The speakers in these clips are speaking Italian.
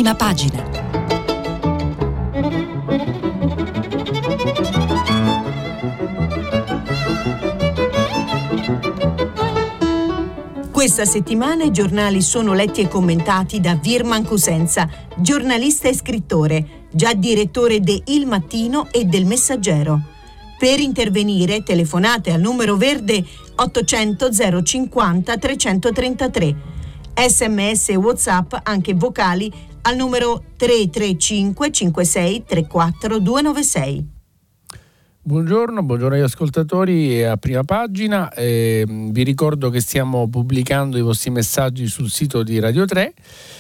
Prima pagina. Questa settimana i giornali sono letti e commentati da Virman Cosenza, giornalista e scrittore, già direttore de Il Mattino e del Messaggero. Per intervenire telefonate al numero verde 800 050 333. SMS e WhatsApp anche vocali al numero 335 56 34 296. Buongiorno agli ascoltatori a Prima Pagina. Vi ricordo che stiamo pubblicando i vostri messaggi sul sito di Radio 3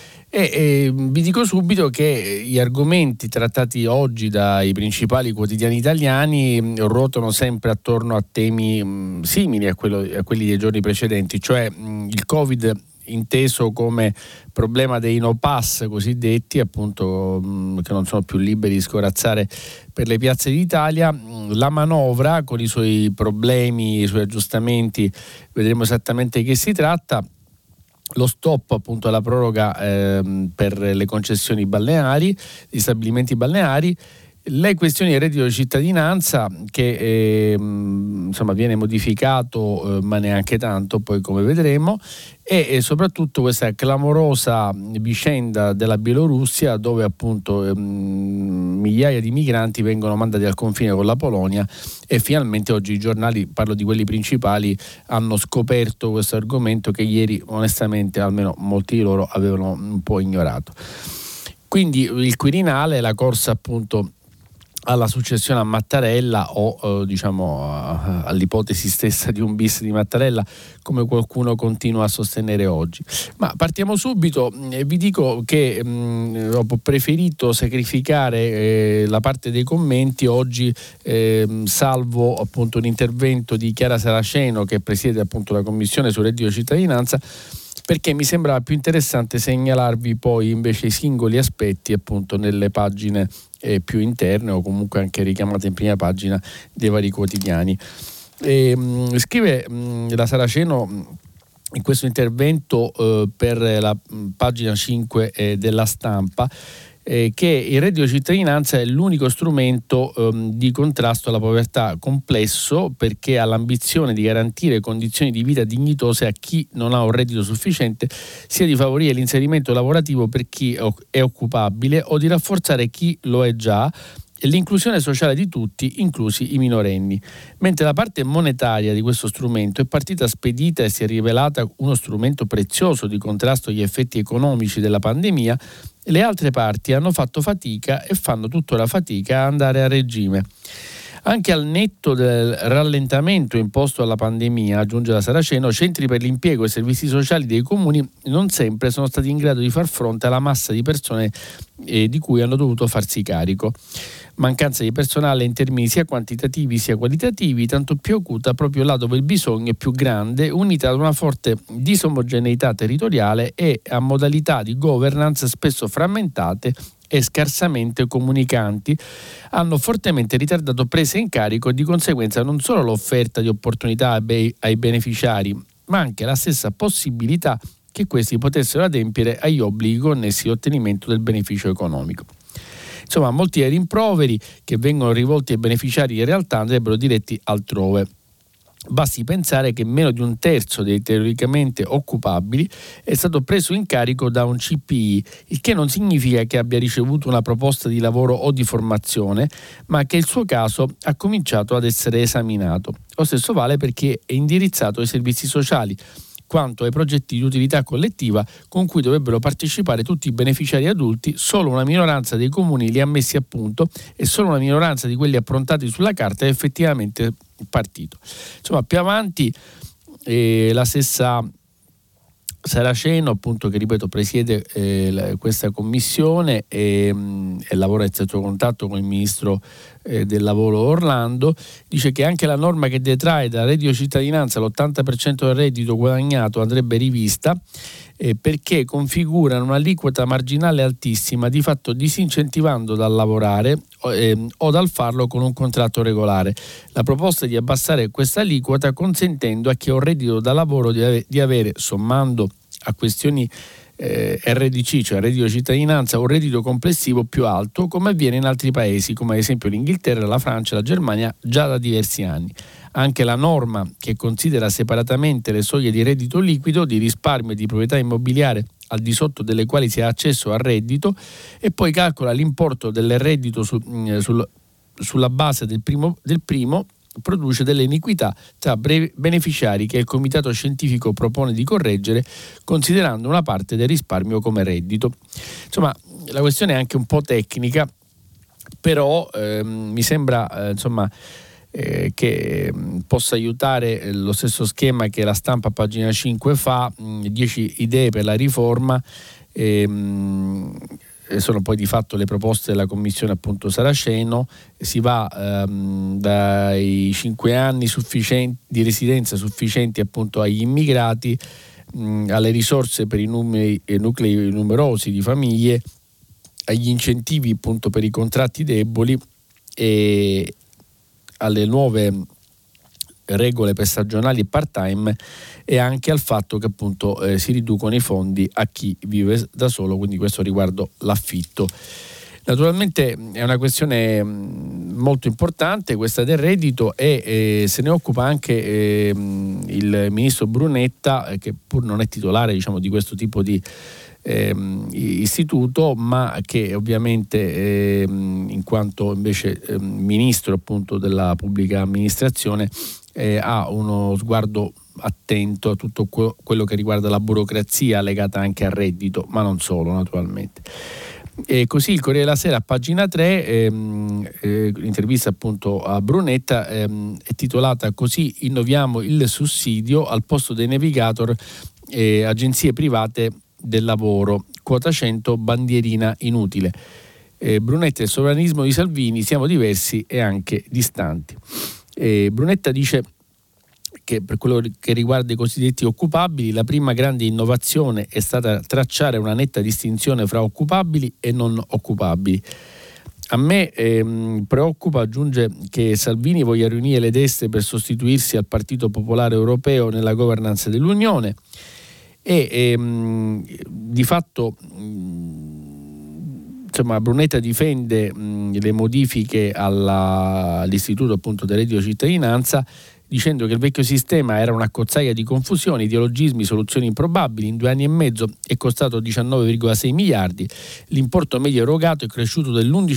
e vi dico subito che gli argomenti trattati oggi dai principali quotidiani italiani ruotano sempre attorno a temi simili a quelli dei giorni precedenti, cioè il Covid inteso come problema dei no pass cosiddetti, appunto, che non sono più liberi di scorazzare per le piazze d'Italia, la manovra con i suoi problemi, i suoi aggiustamenti, vedremo esattamente di che si tratta, lo stop appunto alla proroga per le concessioni balneari, gli stabilimenti balneari, le questioni del reddito di cittadinanza che viene modificato ma neanche tanto, poi come vedremo, e soprattutto questa clamorosa vicenda della Bielorussia dove appunto migliaia di migranti vengono mandati al confine con la Polonia e finalmente oggi i giornali, parlo di quelli principali, hanno scoperto questo argomento che ieri onestamente almeno molti di loro avevano un po' ignorato. Quindi il Quirinale, la corsa appunto alla successione a Mattarella o all'ipotesi stessa di un bis di Mattarella, come qualcuno continua a sostenere oggi. Ma partiamo subito e vi dico che ho preferito sacrificare la parte dei commenti oggi, salvo appunto un intervento di Chiara Saraceno che presiede appunto la commissione sul reddito di cittadinanza, perché mi sembrava più interessante segnalarvi poi invece i singoli aspetti appunto nelle pagine più interne o comunque anche richiamate in prima pagina dei vari quotidiani. Scrive la Saraceno in questo intervento per la pagina 5 della Stampa che il reddito di cittadinanza è l'unico strumento di contrasto alla povertà complesso, perché ha l'ambizione di garantire condizioni di vita dignitose a chi non ha un reddito sufficiente, sia di favorire l'inserimento lavorativo per chi è occupabile o di rafforzare chi lo è già, e l'inclusione sociale di tutti, inclusi i minorenni. Mentre la parte monetaria di questo strumento è partita spedita e si è rivelata uno strumento prezioso di contrasto agli effetti economici della pandemia, le altre parti hanno fatto fatica e fanno tuttora fatica a andare a regime. Anche al netto del rallentamento imposto dalla pandemia, aggiunge la Saraceno, centri per l'impiego e servizi sociali dei comuni non sempre sono stati in grado di far fronte alla massa di persone di cui hanno dovuto farsi carico. Mancanza di personale in termini sia quantitativi sia qualitativi, tanto più acuta proprio là dove il bisogno è più grande, unita ad una forte disomogeneità territoriale e a modalità di governance spesso frammentate e scarsamente comunicanti, hanno fortemente ritardato prese in carico e di conseguenza non solo l'offerta di opportunità ai beneficiari, ma anche la stessa possibilità che questi potessero adempiere agli obblighi connessi all'ottenimento del beneficio economico. Insomma, molti dei rimproveri che vengono rivolti ai beneficiari in realtà andrebbero diretti altrove. Basti pensare che meno di un terzo dei teoricamente occupabili è stato preso in carico da un CPI, il che non significa che abbia ricevuto una proposta di lavoro o di formazione, ma che il suo caso ha cominciato ad essere esaminato. Lo stesso vale per chi è indirizzato ai servizi sociali, quanto ai progetti di utilità collettiva con cui dovrebbero partecipare tutti i beneficiari adulti. Solo una minoranza dei comuni li ha messi a punto e solo una minoranza di quelli approntati sulla carta è effettivamente partito. Insomma, più avanti la stessa Saraceno, appunto, che ripeto presiede questa commissione e lavora in stretto contatto con il ministro del lavoro Orlando, dice che anche la norma che detrae dal reddito di cittadinanza l'80% del reddito guadagnato andrebbe rivista, perché configurano un'aliquota marginale altissima, di fatto disincentivando dal lavorare o dal farlo con un contratto regolare. La proposta è di abbassare questa aliquota consentendo a chi ha un reddito da lavoro di avere, sommando a questioni RDC, cioè reddito di cittadinanza, o reddito complessivo più alto, come avviene in altri paesi come ad esempio l'Inghilterra, la Francia e la Germania già da diversi anni. Anche la norma che considera separatamente le soglie di reddito liquido, di risparmio e di proprietà immobiliare al di sotto delle quali si ha accesso al reddito, e poi calcola l'importo del reddito sulla base del primo, produce delle iniquità tra beneficiari che il comitato scientifico propone di correggere, considerando una parte del risparmio come reddito. Insomma, la questione è anche un po' tecnica, però mi sembra che possa aiutare lo stesso schema che la Stampa a pagina 5 fa, 10 idee per la riforma, sono poi di fatto le proposte della commissione appunto Saraceno. Si va dai 5 anni di residenza sufficienti appunto agli immigrati, alle risorse per i nuclei numerosi di famiglie, agli incentivi appunto per i contratti deboli e alle nuove regole per stagionali e part-time, e anche al fatto che appunto si riducono i fondi a chi vive da solo, quindi questo riguardo l'affitto. Naturalmente è una questione molto importante questa del reddito, e se ne occupa anche il ministro Brunetta, che pur non è titolare di questo tipo di istituto, ma che ovviamente in quanto invece ministro appunto della pubblica amministrazione ha uno sguardo attento a tutto quello che riguarda la burocrazia legata anche al reddito, ma non solo naturalmente. E così il Corriere della Sera a pagina 3, intervista appunto a Brunetta, è titolata così: innoviamo il sussidio, al posto dei navigator agenzie private del lavoro, quota 100 bandierina inutile. Brunetta e il sovranismo di Salvini, siamo diversi e anche distanti. Brunetta dice che per quello che riguarda i cosiddetti occupabili, la prima grande innovazione è stata tracciare una netta distinzione fra occupabili e non occupabili. A me preoccupa, aggiunge, che Salvini voglia riunire le destre per sostituirsi al Partito Popolare Europeo nella governance dell'Unione, e di fatto Brunetta difende le modifiche all'istituto appunto del reddito di cittadinanza, dicendo che il vecchio sistema era un'accozzaglia di confusioni, ideologismi, soluzioni improbabili. In 2 anni e mezzo è costato 19,6 miliardi, l'importo medio erogato è cresciuto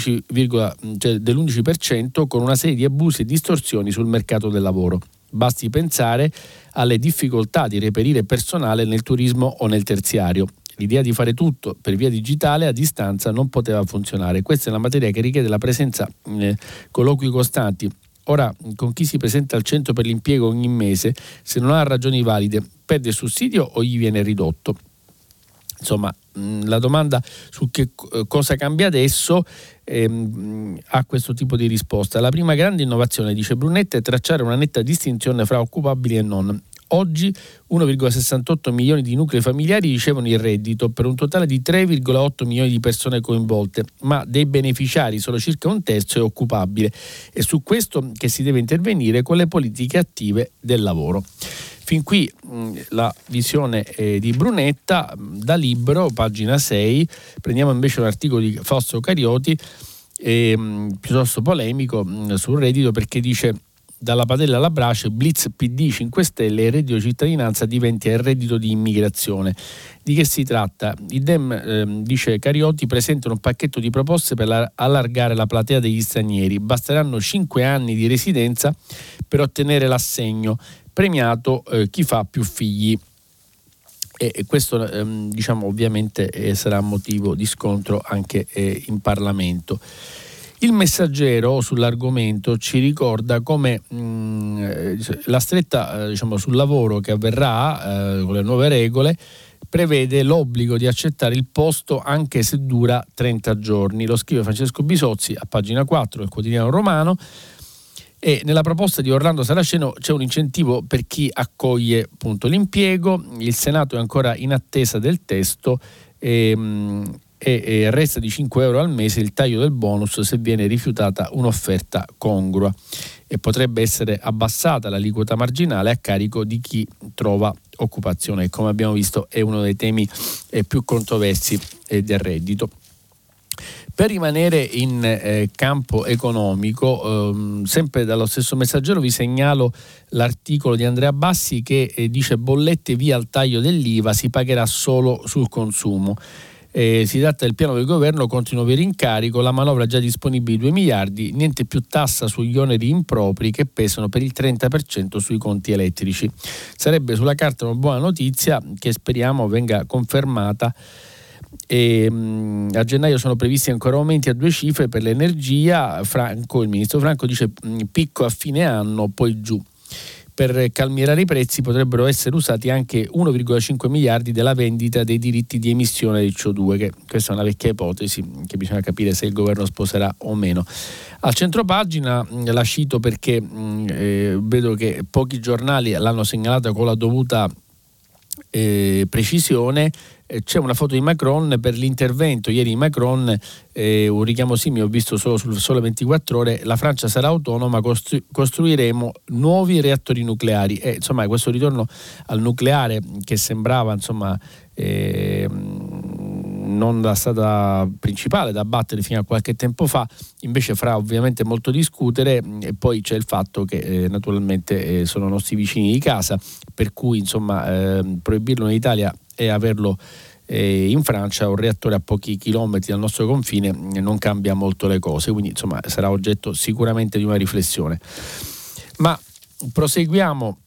dell'11%, con una serie di abusi e distorsioni sul mercato del lavoro. Basti pensare alle difficoltà di reperire personale nel turismo o nel terziario. L'idea di fare tutto per via digitale a distanza non poteva funzionare. Questa è una materia che richiede la presenza colloqui costanti. Ora, con chi si presenta al centro per l'impiego ogni mese, se non ha ragioni valide, perde il sussidio o gli viene ridotto? Insomma, la domanda su che cosa cambia adesso ha questo tipo di risposta. La prima grande innovazione, dice Brunetta, è tracciare una netta distinzione fra occupabili e non. Oggi 1,68 milioni di nuclei familiari ricevono il reddito, per un totale di 3,8 milioni di persone coinvolte, ma dei beneficiari solo circa un terzo è occupabile. È su questo che si deve intervenire con le politiche attive del lavoro. Fin qui la visione di Brunetta. Da Libero, pagina 6, prendiamo invece un articolo di Fausto Carioti, piuttosto polemico, sul reddito, perché dice: dalla padella alla brace, blitz PD 5 Stelle, il reddito di cittadinanza diventa il reddito di immigrazione. Di che si tratta? I Dem, dice Carioti, presentano un pacchetto di proposte per allargare la platea degli stranieri. Basteranno 5 anni di residenza per ottenere l'assegno, premiato chi fa più figli. E questo ovviamente sarà motivo di scontro anche in Parlamento. Il Messaggero sull'argomento ci ricorda come la stretta sul lavoro che avverrà con le nuove regole prevede l'obbligo di accettare il posto anche se dura 30 giorni. Lo scrive Francesco Bisozzi a pagina 4 del Quotidiano Romano, e nella proposta di Orlando Saraceno c'è un incentivo per chi accoglie appunto l'impiego. Il Senato è ancora in attesa del testo e resta di 5 euro al mese il taglio del bonus se viene rifiutata un'offerta congrua, e potrebbe essere abbassata l'aliquota marginale a carico di chi trova occupazione, e come abbiamo visto è uno dei temi più controversi del reddito. Per rimanere in campo economico, sempre dallo stesso Messaggero vi segnalo l'articolo di Andrea Bassi che dice: bollette via il taglio dell'IVA, si pagherà solo sul consumo. Si tratta del piano del governo contro i nuovi rincarico, la manovra già disponibile 2 miliardi, niente più tassa sugli oneri impropri che pesano per il 30% sui conti elettrici. Sarebbe sulla carta una buona notizia che speriamo venga confermata. A gennaio sono previsti ancora aumenti a 2 cifre per l'energia. Il ministro Franco dice picco a fine anno, poi giù. Per calmierare i prezzi potrebbero essere usati anche 1,5 miliardi della vendita dei diritti di emissione del CO2, che questa è una vecchia ipotesi che bisogna capire se il governo sposerà o meno. Al centropagina la cito perché vedo che pochi giornali l'hanno segnalata con la dovuta precisione. C'è una foto di Macron per l'intervento ieri di Macron, un richiamo simile ho visto solo sul Sole 24 Ore. La Francia sarà autonoma, costruiremo nuovi reattori nucleari, e insomma questo ritorno al nucleare che sembrava non la strada principale da battere fino a qualche tempo fa, invece farà ovviamente molto discutere. E poi c'è il fatto che naturalmente sono nostri vicini di casa, per cui proibirlo in Italia e averlo in Francia, un reattore a pochi chilometri dal nostro confine, non cambia molto le cose, quindi sarà oggetto sicuramente di una riflessione. Ma proseguiamo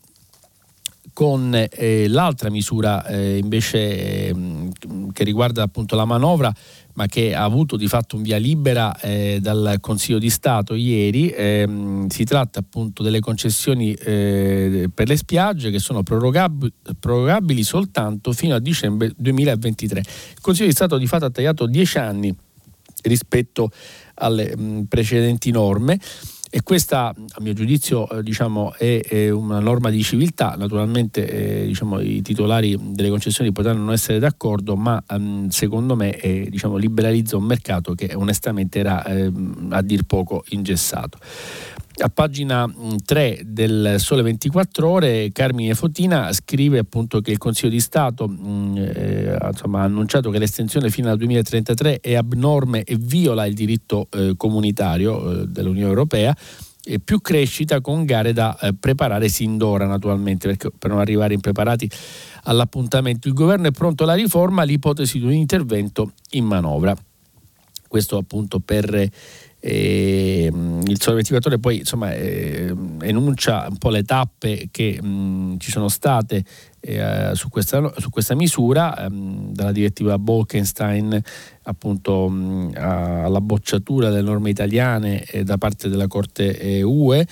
con l'altra misura invece che riguarda appunto la manovra, ma che ha avuto di fatto un via libera dal Consiglio di Stato ieri. Si tratta appunto delle concessioni per le spiagge, che sono prorogabili soltanto fino a dicembre 2023. Il Consiglio di Stato di fatto ha tagliato 10 anni rispetto alle precedenti norme, e questa a mio giudizio è una norma di civiltà. Naturalmente i titolari delle concessioni potranno non essere d'accordo, ma secondo me liberalizza un mercato che onestamente era a dir poco ingessato. A pagina 3 del Sole 24 Ore Carmine Fotina scrive appunto che il Consiglio di Stato ha annunciato che l'estensione fino al 2033 è abnorme e viola il diritto comunitario dell'Unione Europea, e più crescita con gare da preparare sin d'ora, naturalmente, perché per non arrivare impreparati all'appuntamento. Il governo è pronto alla riforma, l'ipotesi di un intervento in manovra. Questo appunto per il Sole 24 Ore. Poi enuncia un po' le tappe che ci sono state su questa misura, dalla direttiva Bolkestein appunto alla bocciatura delle norme italiane da parte della Corte UE,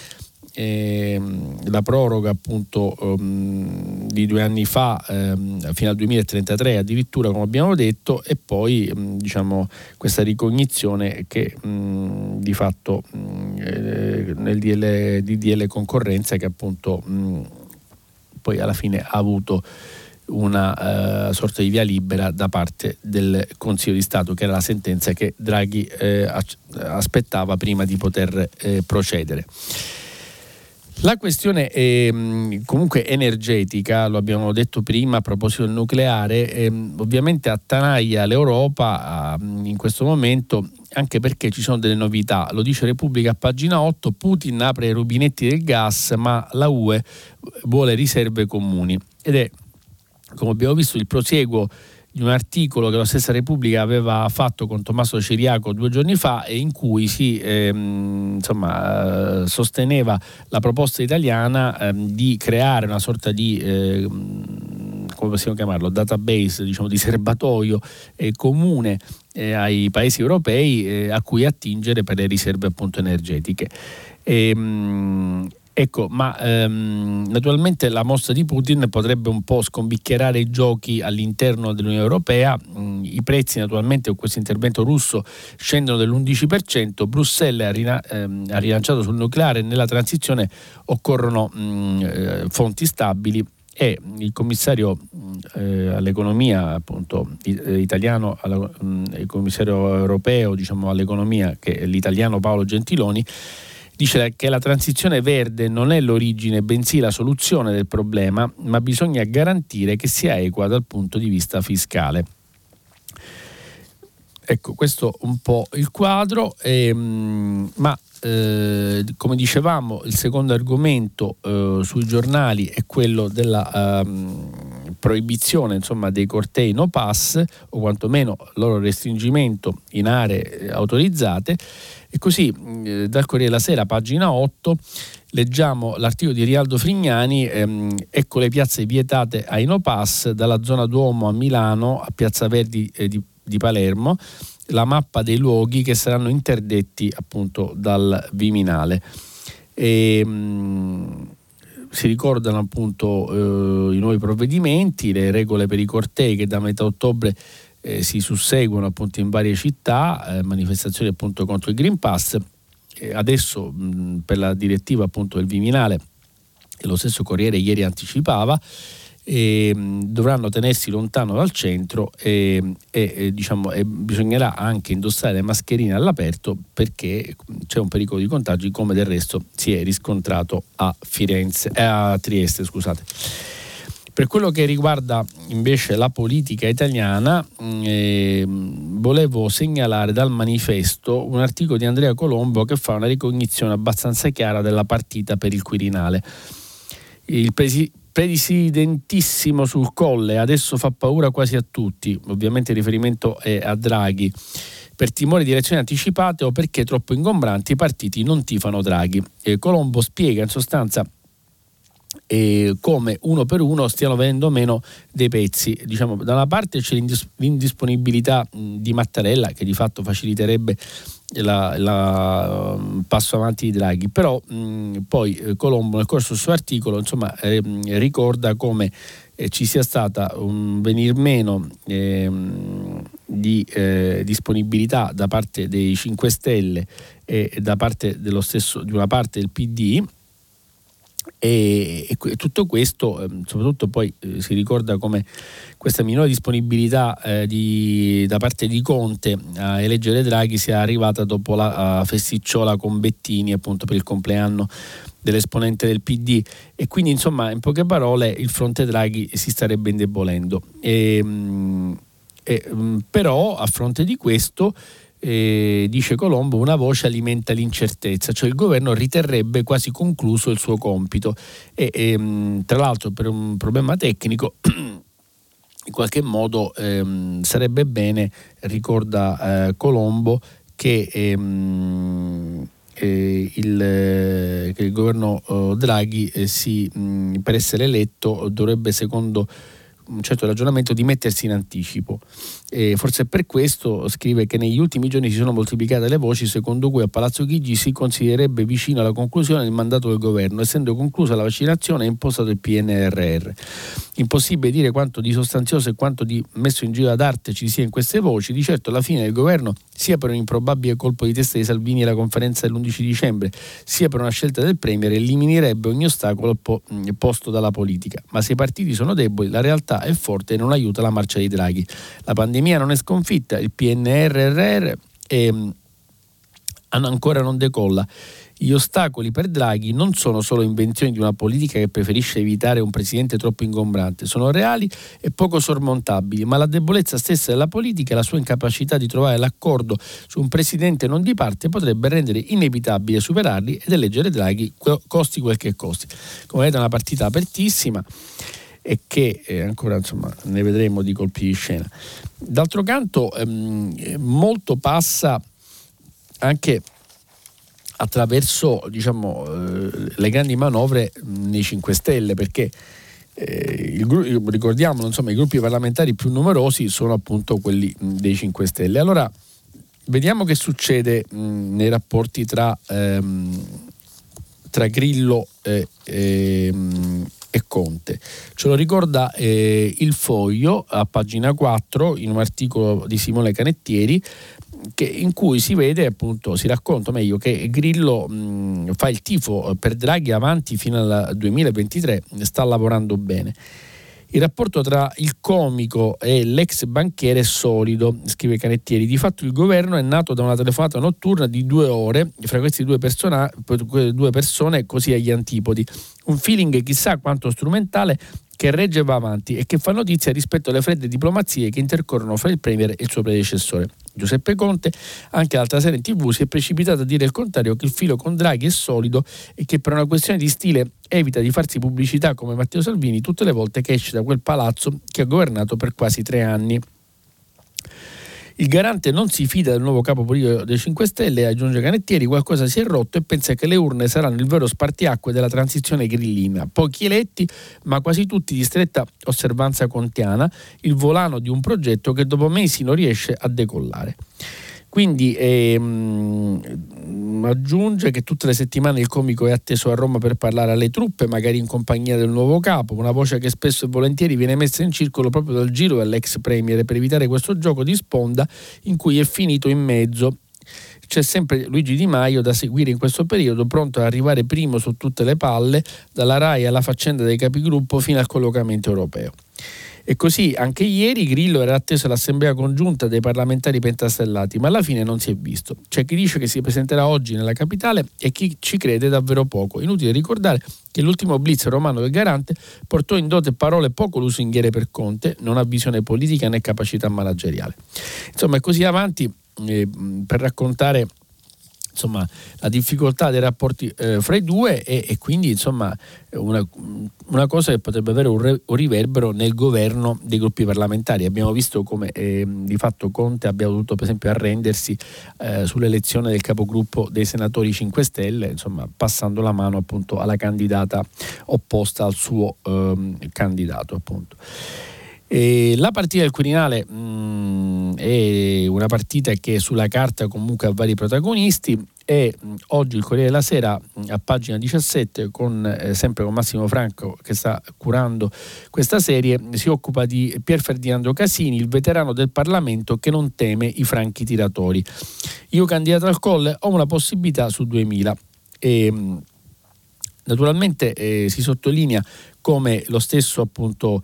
la proroga appunto di 2 anni fa fino al 2033 addirittura, come abbiamo detto, e poi questa ricognizione che di fatto nel DDL concorrenza, che appunto poi alla fine ha avuto una sorta di via libera da parte del Consiglio di Stato, che era la sentenza che Draghi aspettava prima di poter procedere. La questione comunque energetica, lo abbiamo detto prima a proposito del nucleare, ovviamente attanaglia l'Europa in questo momento, anche perché ci sono delle novità. Lo dice Repubblica a pagina 8: Putin apre i rubinetti del gas, ma la UE vuole riserve comuni. Ed è, come abbiamo visto, il prosieguo di un articolo che la stessa Repubblica aveva fatto con Tommaso Ciriaco 2 giorni fa, e in cui si sosteneva la proposta italiana di creare una sorta di come possiamo chiamarlo, database, di serbatoio comune ai paesi europei a cui attingere per le riserve appunto energetiche. Naturalmente la mossa di Putin potrebbe un po' scombicchierare i giochi all'interno dell'Unione Europea. I prezzi naturalmente con questo intervento russo scendono dell'11%. Bruxelles ha rilanciato sul nucleare. Nella transizione occorrono fonti stabili e il commissario all'economia appunto italiano, il commissario europeo diciamo all'economia, che è l'italiano Paolo Gentiloni, dice che la transizione verde non è l'origine bensì la soluzione del problema, ma bisogna garantire che sia equa dal punto di vista fiscale. Ecco, questo un po' il quadro, ma come dicevamo, il secondo argomento sui giornali è quello della proibizione, insomma, dei cortei no pass, o quantomeno loro restringimento in aree autorizzate. E così dal Corriere della Sera, pagina 8, leggiamo l'articolo di Rialdo Frignani, ecco le piazze vietate ai no pass, dalla zona Duomo a Milano a Piazza Verdi di Palermo, la mappa dei luoghi che saranno interdetti appunto dal Viminale. Si ricordano appunto i nuovi provvedimenti, le regole per i cortei che da metà ottobre si susseguono appunto in varie città, manifestazioni appunto contro il Green Pass. Adesso per la direttiva appunto del Viminale, lo stesso Corriere ieri anticipava, dovranno tenersi lontano dal centro e bisognerà anche indossare le mascherine all'aperto, perché c'è un pericolo di contagi, come del resto si è riscontrato a Trieste, scusate. Per quello che riguarda invece la politica italiana, volevo segnalare dal Manifesto un articolo di Andrea Colombo che fa una ricognizione abbastanza chiara della partita per il Quirinale. Il presidentissimo sul Colle adesso fa paura quasi a tutti, ovviamente il riferimento è a Draghi, per timore di elezioni anticipate o perché troppo ingombranti i partiti non tifano Draghi. Colombo spiega in sostanza come uno per uno stiano venendo meno dei pezzi. Diciamo, da una parte c'è l'indisponibilità di Mattarella, che di fatto faciliterebbe la passo avanti di Draghi, però poi Colombo nel corso del suo articolo ricorda come ci sia stata un venir meno di disponibilità da parte dei 5 Stelle e da parte dello stesso, di una parte del PD, e tutto questo soprattutto poi si ricorda come questa minore disponibilità da parte di Conte a eleggere Draghi sia arrivata dopo la festicciola con Bettini appunto per il compleanno dell'esponente del PD, e quindi insomma in poche parole il fronte Draghi si starebbe indebolendo, però a fronte di questo dice Colombo, una voce alimenta l'incertezza, cioè il governo riterrebbe quasi concluso il suo compito e tra l'altro per un problema tecnico in qualche modo sarebbe bene, ricorda Colombo, che il governo Draghi per essere eletto dovrebbe, secondo un certo ragionamento, di mettersi in anticipo. Forse è per questo, scrive, che negli ultimi giorni si sono moltiplicate le voci secondo cui a Palazzo Chigi si considererebbe vicino alla conclusione del mandato del governo, essendo conclusa la vaccinazione e impostato il PNRR. Impossibile dire quanto di sostanzioso e quanto di messo in giro d'arte ci sia in queste voci. Di certo la fine del governo, sia per un improbabile colpo di testa di Salvini alla conferenza dell'11 dicembre, sia per una scelta del Premier, eliminerebbe ogni ostacolo posto dalla politica. Ma se i partiti sono deboli, la realtà è forte e non aiuta la marcia di Draghi. La pandemia non è sconfitta, il PNRR ancora non decolla. Gli ostacoli per Draghi non sono solo invenzioni di una politica che preferisce evitare un presidente troppo ingombrante, sono reali e poco sormontabili, ma la debolezza stessa della politica e la sua incapacità di trovare l'accordo su un presidente non di parte potrebbe rendere inevitabile superarli ed eleggere Draghi costi quel che costi. Come vedete è una partita apertissima e che ancora ne vedremo di colpi di scena. D'altro canto molto passa anche attraverso le grandi manovre nei 5 Stelle, perché ricordiamolo, i gruppi parlamentari più numerosi sono appunto quelli dei 5 Stelle. Allora vediamo che succede nei rapporti tra Grillo e Conte. Ce lo ricorda il Foglio a pagina 4 in un articolo di Simone Canettieri, in cui si vede, appunto, si racconta meglio che Grillo fa il tifo per Draghi avanti fino al 2023, sta lavorando bene. Il rapporto tra il comico e l'ex banchiere è solido, scrive Canettieri. Di fatto il governo è nato da una telefonata notturna di 2 ore fra queste due persone così agli antipodi. Un feeling chissà quanto strumentale che regge e va avanti e che fa notizia rispetto alle fredde diplomazie che intercorrono fra il Premier e il suo predecessore. Giuseppe Conte, anche l'altra sera in TV, si è precipitato a dire il contrario, che il filo con Draghi è solido e che per una questione di stile evita di farsi pubblicità come Matteo Salvini tutte le volte che esce da quel palazzo che ha governato per quasi 3 anni. Il garante non si fida del nuovo capo politico dei 5 Stelle, aggiunge Canettieri, qualcosa si è rotto e pensa che le urne saranno il vero spartiacque della transizione grillina. Pochi eletti, ma quasi tutti di stretta osservanza contiana, il volano di un progetto che dopo mesi non riesce a decollare. Quindi aggiunge che tutte le settimane il comico è atteso a Roma per parlare alle truppe, magari in compagnia del nuovo capo, una voce che spesso e volentieri viene messa in circolo proprio dal giro dell'ex premier per evitare questo gioco di sponda in cui è finito in mezzo. C'è sempre Luigi Di Maio da seguire in questo periodo, pronto ad arrivare primo su tutte le palle, dalla RAI alla faccenda dei capigruppo fino al collocamento europeo. E così anche ieri Grillo era atteso all'assemblea congiunta dei parlamentari pentastellati, ma alla fine non si è visto. C'è chi dice che si presenterà oggi nella capitale e chi ci crede davvero poco. Inutile ricordare che l'ultimo blitz romano del garante portò in dote parole poco lusinghiere per Conte, non ha visione politica né capacità manageriale. Insomma, è così avanti per raccontare la difficoltà dei rapporti fra i due e quindi una cosa che potrebbe avere un riverbero nel governo dei gruppi parlamentari. Abbiamo visto come di fatto Conte abbia dovuto per esempio arrendersi sull'elezione del capogruppo dei senatori 5 Stelle, passando la mano appunto alla candidata opposta al suo candidato, appunto. E la partita del Quirinale è una partita che sulla carta comunque ha vari protagonisti e oggi il Corriere della Sera a pagina 17 sempre con Massimo Franco che sta curando questa serie si occupa di Pier Ferdinando Casini, il veterano del Parlamento che non teme i franchi tiratori. Io candidato al Colle ho una possibilità su 2000 e naturalmente si sottolinea come lo stesso appunto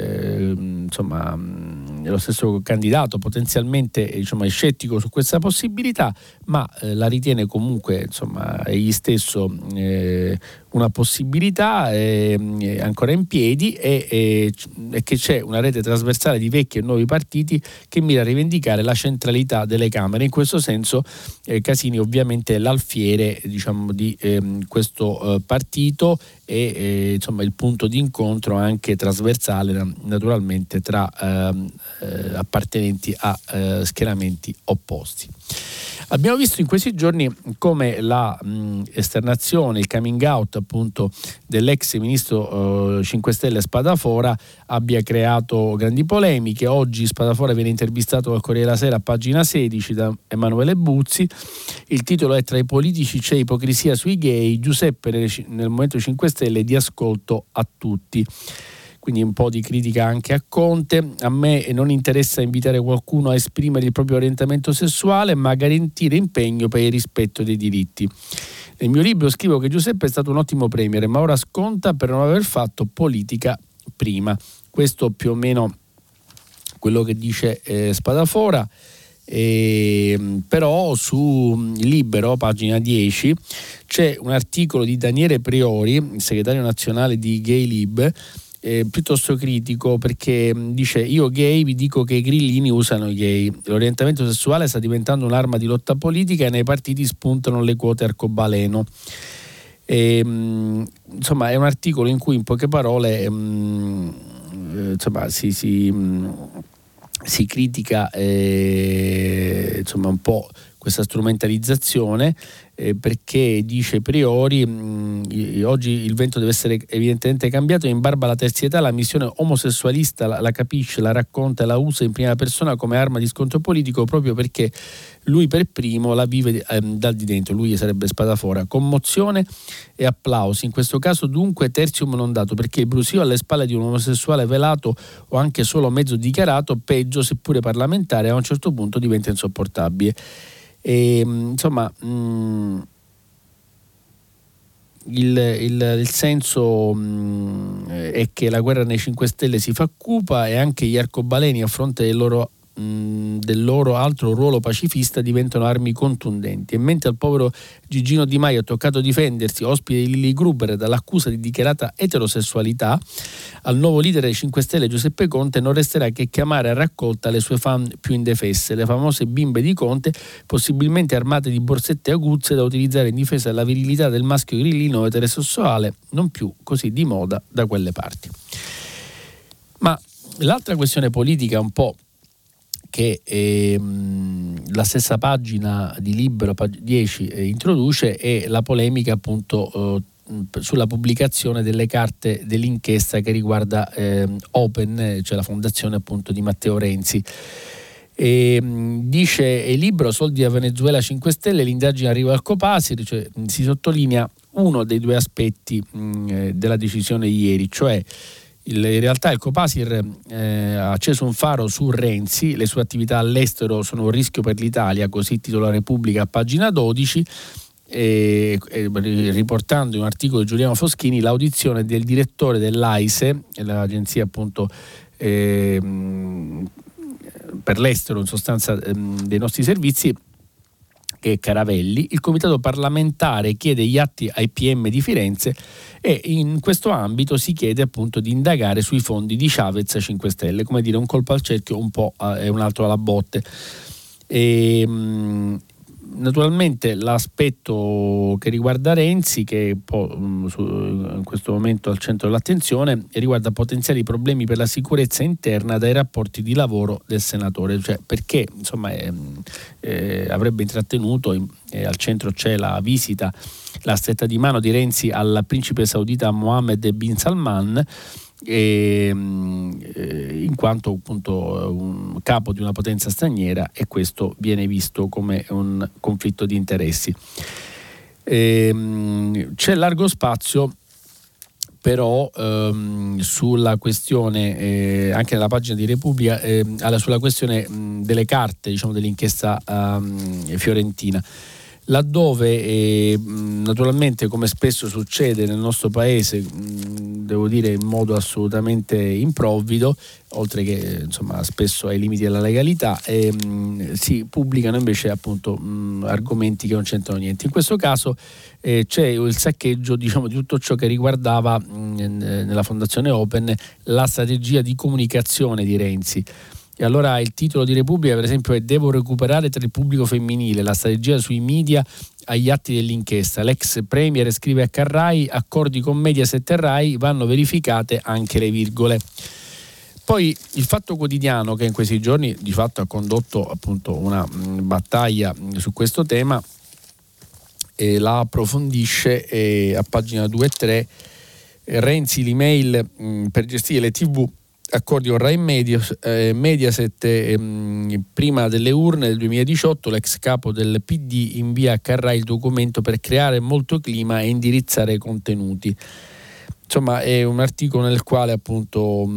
lo stesso candidato potenzialmente è scettico su questa possibilità, ma la ritiene comunque egli stesso una possibilità ancora in piedi e che c'è una rete trasversale di vecchi e nuovi partiti che mira a rivendicare la centralità delle Camere. In questo senso Casini ovviamente è l'alfiere di questo partito e il punto di incontro anche trasversale naturalmente tra appartenenti a schieramenti opposti. Abbiamo visto in questi giorni come la esternazione, il coming out appunto dell'ex ministro 5 Stelle Spadafora abbia creato grandi polemiche. Oggi Spadafora viene intervistato dal Corriere della Sera a pagina 16 da Emanuele Buzzi. Il titolo è "Tra i politici c'è ipocrisia sui gay, Giuseppe nel Movimento 5 Stelle di ascolto a tutti". Quindi un po' di critica anche a Conte. A me non interessa invitare qualcuno a esprimere il proprio orientamento sessuale, ma a garantire impegno per il rispetto dei diritti. Nel mio libro scrivo che Giuseppe è stato un ottimo premier, ma ora sconta per non aver fatto politica prima. Questo più o meno quello che dice Spadafora. Però su Libero, pagina 10, c'è un articolo di Daniele Priori, il segretario nazionale di Gay Lib, piuttosto critico, perché dice: io gay vi dico che i grillini usano i gay, l'orientamento sessuale sta diventando un'arma di lotta politica e nei partiti spuntano le quote arcobaleno. È un articolo in cui in poche parole si critica un po' questa strumentalizzazione, perché dice Priori oggi il vento deve essere evidentemente cambiato, in barba alla terzietà la missione omosessualista la capisce, la racconta e la usa in prima persona come arma di scontro politico, proprio perché lui per primo la vive dal di dentro. Lui sarebbe Spadafora. Commozione e applausi, in questo caso dunque tertium non dato, perché il brusio alle spalle di un omosessuale velato o anche solo mezzo dichiarato, peggio seppure parlamentare, a un certo punto diventa insopportabile. inaccettabile. E, insomma, il senso è che la guerra nei 5 Stelle si fa cupa e anche gli arcobaleni a fronte del loro altro ruolo pacifista diventano armi contundenti. E mentre al povero Gigino Di Maio è toccato difendersi, ospite di Lili Gruber, dall'accusa di dichiarata eterosessualità, al nuovo leader dei 5 Stelle Giuseppe Conte non resterà che chiamare a raccolta le sue fan più indefesse, le famose bimbe di Conte, possibilmente armate di borsette aguzze da utilizzare in difesa della virilità del maschio grillino eterosessuale, non più così di moda da quelle parti. Ma l'altra questione politica un po' che la stessa pagina di Libero, pagina 10, introduce, è la polemica appunto sulla pubblicazione delle carte dell'inchiesta che riguarda Open, cioè la fondazione appunto di Matteo Renzi. Dice il Libero, soldi a Venezuela 5 Stelle, l'indagine arriva al Copasir, cioè si sottolinea uno dei due aspetti della decisione di ieri, cioè in realtà il Copasir ha acceso un faro su Renzi, le sue attività all'estero sono un rischio per l'Italia, così titola Repubblica a pagina 12, riportando in un articolo di Giuliano Foschini l'audizione del direttore dell'AISE, l'agenzia appunto per l'estero in sostanza dei nostri servizi, che è Caravelli. Il comitato parlamentare chiede gli atti ai PM di Firenze e in questo ambito si chiede appunto di indagare sui fondi di Chavez 5 Stelle, come dire un colpo al cerchio un po' e un altro alla botte. Naturalmente l'aspetto che riguarda Renzi, che è un po' in questo momento al centro dell'attenzione, riguarda potenziali problemi per la sicurezza interna dai rapporti di lavoro del senatore, cioè perché insomma avrebbe intrattenuto, al centro c'è la visita, la stretta di mano di Renzi al principe saudita Mohammed bin Salman, in quanto appunto un capo di una potenza straniera, e questo viene visto come un conflitto di interessi. C'è largo spazio però sulla questione, anche nella pagina di Repubblica, sulla questione delle carte, diciamo, dell'inchiesta fiorentina, laddove naturalmente, come spesso succede nel nostro paese, devo dire in modo assolutamente improvvido, oltre che insomma spesso ai limiti della legalità, si pubblicano invece appunto argomenti che non c'entrano niente. In questo caso c'è il saccheggio, diciamo, di tutto ciò che riguardava nella Fondazione Open la strategia di comunicazione di Renzi. E allora il titolo di Repubblica, per esempio, è: devo recuperare tra il pubblico femminile, la strategia sui media agli atti dell'inchiesta. L'ex premier scrive a Carrai: accordi con Mediaset e Rai, vanno verificate anche le virgole. Poi il Fatto Quotidiano, che in questi giorni di fatto ha condotto appunto una battaglia su questo tema, la approfondisce a pagina 2 e 3. Renzi, l'email per gestire le TV, accordi con Rai Mediaset, prima delle urne del 2018 l'ex capo del PD invia a Carrai il documento per creare molto clima e indirizzare contenuti. Insomma, è un articolo nel quale appunto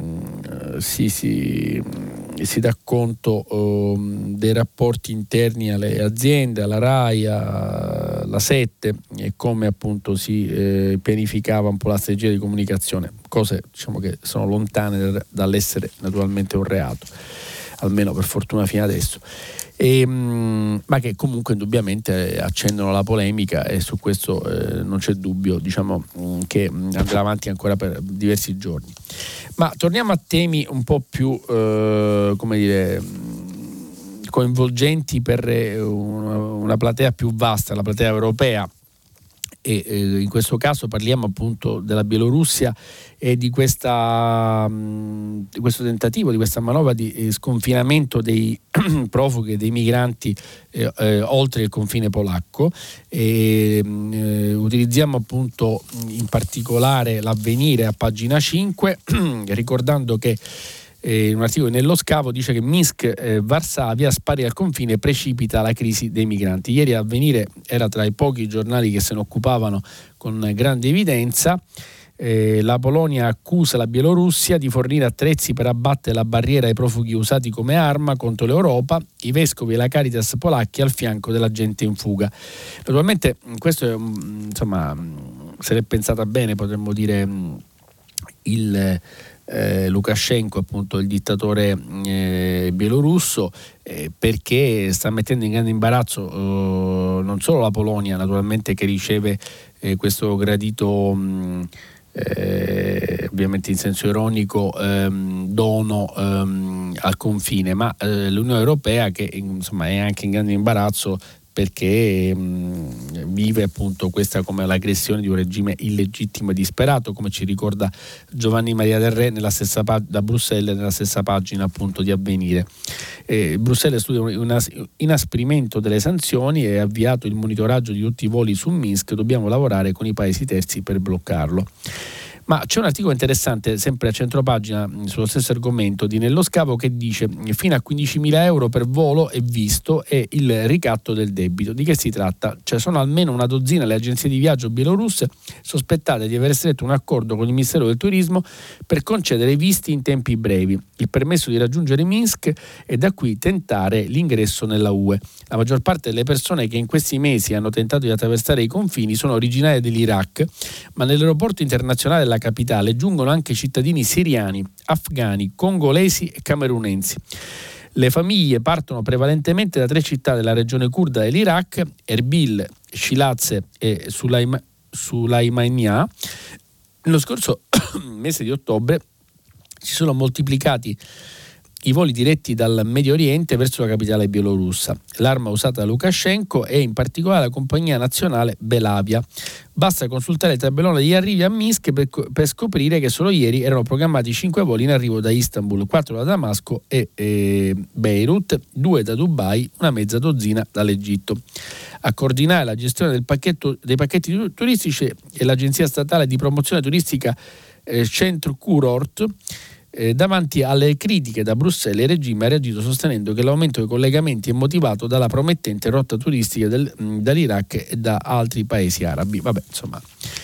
si dà conto dei rapporti interni alle aziende, alla Rai, alla 7, e come appunto si pianificava un po' la strategia di comunicazione, cose diciamo che sono lontane dall'essere naturalmente un reato, almeno per fortuna fino adesso. Ma che comunque indubbiamente accendono la polemica, e su questo non c'è dubbio, diciamo, che andrà avanti ancora per diversi giorni. Ma torniamo a temi un po' più come dire, coinvolgenti per una platea più vasta, la platea europea, e in questo caso parliamo appunto della Bielorussia e di questo tentativo, di questa manovra di sconfinamento dei profughi e dei migranti oltre il confine polacco. Utilizziamo appunto in particolare l'Avvenire a pagina 5, ricordando che in un articolo nello Scavo dice che Minsk, Varsavia, spari al confine, precipita la crisi dei migranti. Ieri Avvenire era tra i pochi giornali che se ne occupavano con grande evidenza. La Polonia accusa la Bielorussia di fornire attrezzi per abbattere la barriera ai profughi usati come arma contro l'Europa, i vescovi e la Caritas polacchi al fianco della gente in fuga. Naturalmente questo è, insomma, se l'è pensata bene, potremmo dire il Lukashenko, appunto il dittatore bielorusso, perché sta mettendo in grande imbarazzo non solo la Polonia, naturalmente, che riceve questo gradito ovviamente in senso ironico dono al confine, ma l'Unione Europea, che insomma è anche in grande imbarazzo perché vive appunto questa come l'aggressione di un regime illegittimo e disperato, come ci ricorda Giovanni Maria Del Re da Bruxelles, nella stessa pagina appunto di Avvenire. Bruxelles studia un inasprimento delle sanzioni e ha avviato il monitoraggio di tutti i voli su Minsk. Dobbiamo lavorare con i paesi terzi per bloccarlo. Ma c'è un articolo interessante, sempre a centropagina, sullo stesso argomento, di Nello Scavo, che dice: fino a 15.000 euro per volo e visto e il ricatto del debito. Di che si tratta? Cioè, sono almeno una dozzina le agenzie di viaggio bielorusse sospettate di aver stretto un accordo con il Ministero del Turismo per concedere visti in tempi brevi, il permesso di raggiungere Minsk e da qui tentare l'ingresso nella UE. La maggior parte delle persone che in questi mesi hanno tentato di attraversare i confini sono originarie dell'Iraq, ma nell'aeroporto internazionale della capitale giungono anche cittadini siriani, afghani, congolesi e camerunensi. Le famiglie partono prevalentemente da 3 città della regione curda dell'Iraq: Erbil, Shiraz e Sulaimania. Nello scorso mese di ottobre si sono moltiplicati i voli diretti dal Medio Oriente verso la capitale bielorussa. L'arma usata da Lukashenko è in particolare la compagnia nazionale Belavia. Basta consultare il tabellone degli arrivi a Minsk per scoprire che solo ieri erano programmati 5 voli in arrivo da Istanbul, 4 da Damasco e Beirut, 2 da Dubai, una mezza dozzina dall'Egitto. A coordinare la gestione dei pacchetti turistici è l'agenzia statale di promozione turistica Centro Kurort. Davanti alle critiche da Bruxelles, il regime ha reagito sostenendo che l'aumento dei collegamenti è motivato dalla promettente rotta turistica dall'Iraq e da altri paesi arabi. Vabbè, insomma,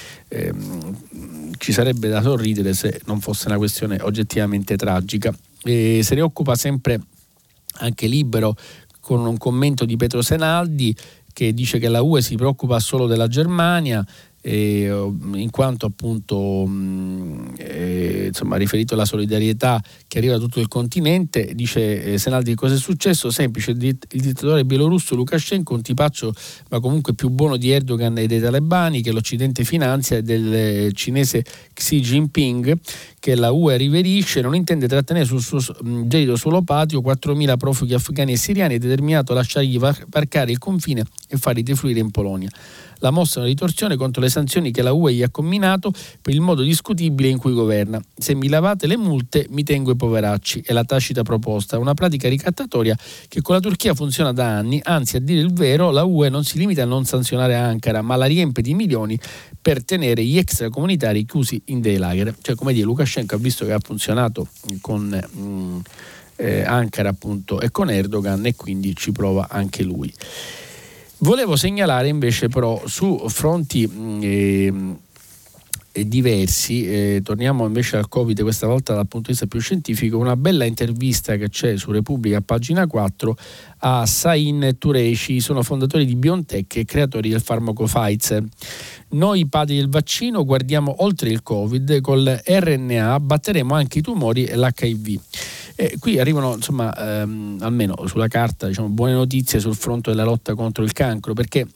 ci sarebbe da sorridere se non fosse una questione oggettivamente tragica. Se ne occupa sempre anche Libero, con un commento di Pietro Senaldi, che dice che la UE si preoccupa solo della Germania, in quanto appunto insomma, riferito alla solidarietà che arriva da tutto il continente. Dice Senaldi: cosa è successo? Semplice, il dittatore bielorusso Lukashenko, un tipaccio ma comunque più buono di Erdogan e dei talebani, che l'Occidente finanzia, e del cinese Xi Jinping, che la UE riverisce, non intende trattenere sul suo gelido suolo patrio 4.000 profughi afghani e siriani, è determinato a lasciargli varcare il confine e farli defluire in Polonia. La mossa è una ritorsione contro le sanzioni che la UE gli ha comminato per il modo discutibile in cui governa. Se mi lavate le multe mi tengo i poveracci, è la tacita proposta, una pratica ricattatoria che con la Turchia funziona da anni. Anzi, a dire il vero, la UE non si limita a non sanzionare Ankara, ma la riempie di milioni per tenere gli extracomunitari chiusi in dei lager. Cioè, come dire, Lukashenko ha visto che ha funzionato con Ankara appunto e con Erdogan, e quindi ci prova anche lui. Volevo segnalare invece però su fronti diversi, torniamo invece al Covid, questa volta dal punto di vista più scientifico, una bella intervista che c'è su Repubblica, pagina 4, a Sain Tureci. Sono fondatori di BioNTech e creatori del farmaco Pfizer. Noi padri del vaccino guardiamo oltre il Covid, col RNA batteremo anche i tumori e l'HIV. Qui arrivano, insomma, almeno sulla carta, diciamo, buone notizie sul fronte della lotta contro il cancro, perché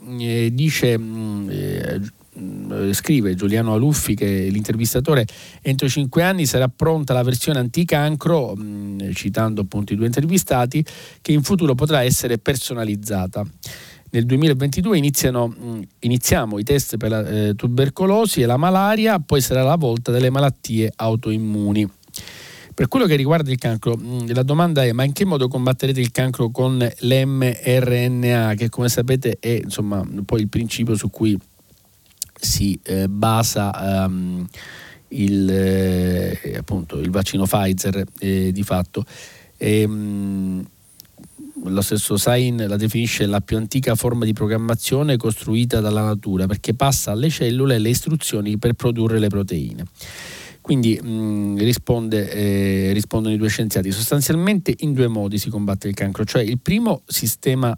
scrive Giuliano Aluffi, che è l'intervistatore: entro 5 anni sarà pronta la versione anticancro, citando appunto i 2 intervistati, che in futuro potrà essere personalizzata. Nel 2022 iniziamo i test per la tubercolosi e la malaria, poi sarà la volta delle malattie autoimmuni. Per quello che riguarda il cancro, la domanda è: ma in che modo combatterete il cancro con l'mRNA, che come sapete è, insomma, poi il principio su cui si basa appunto il vaccino Pfizer di fatto. lo stesso Sain la definisce la più antica forma di programmazione costruita dalla natura, perché passa alle cellule le istruzioni per produrre le proteine. Quindi rispondono i due scienziati. Sostanzialmente in due modi si combatte il cancro, cioè il primo sistema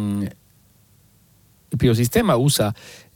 usa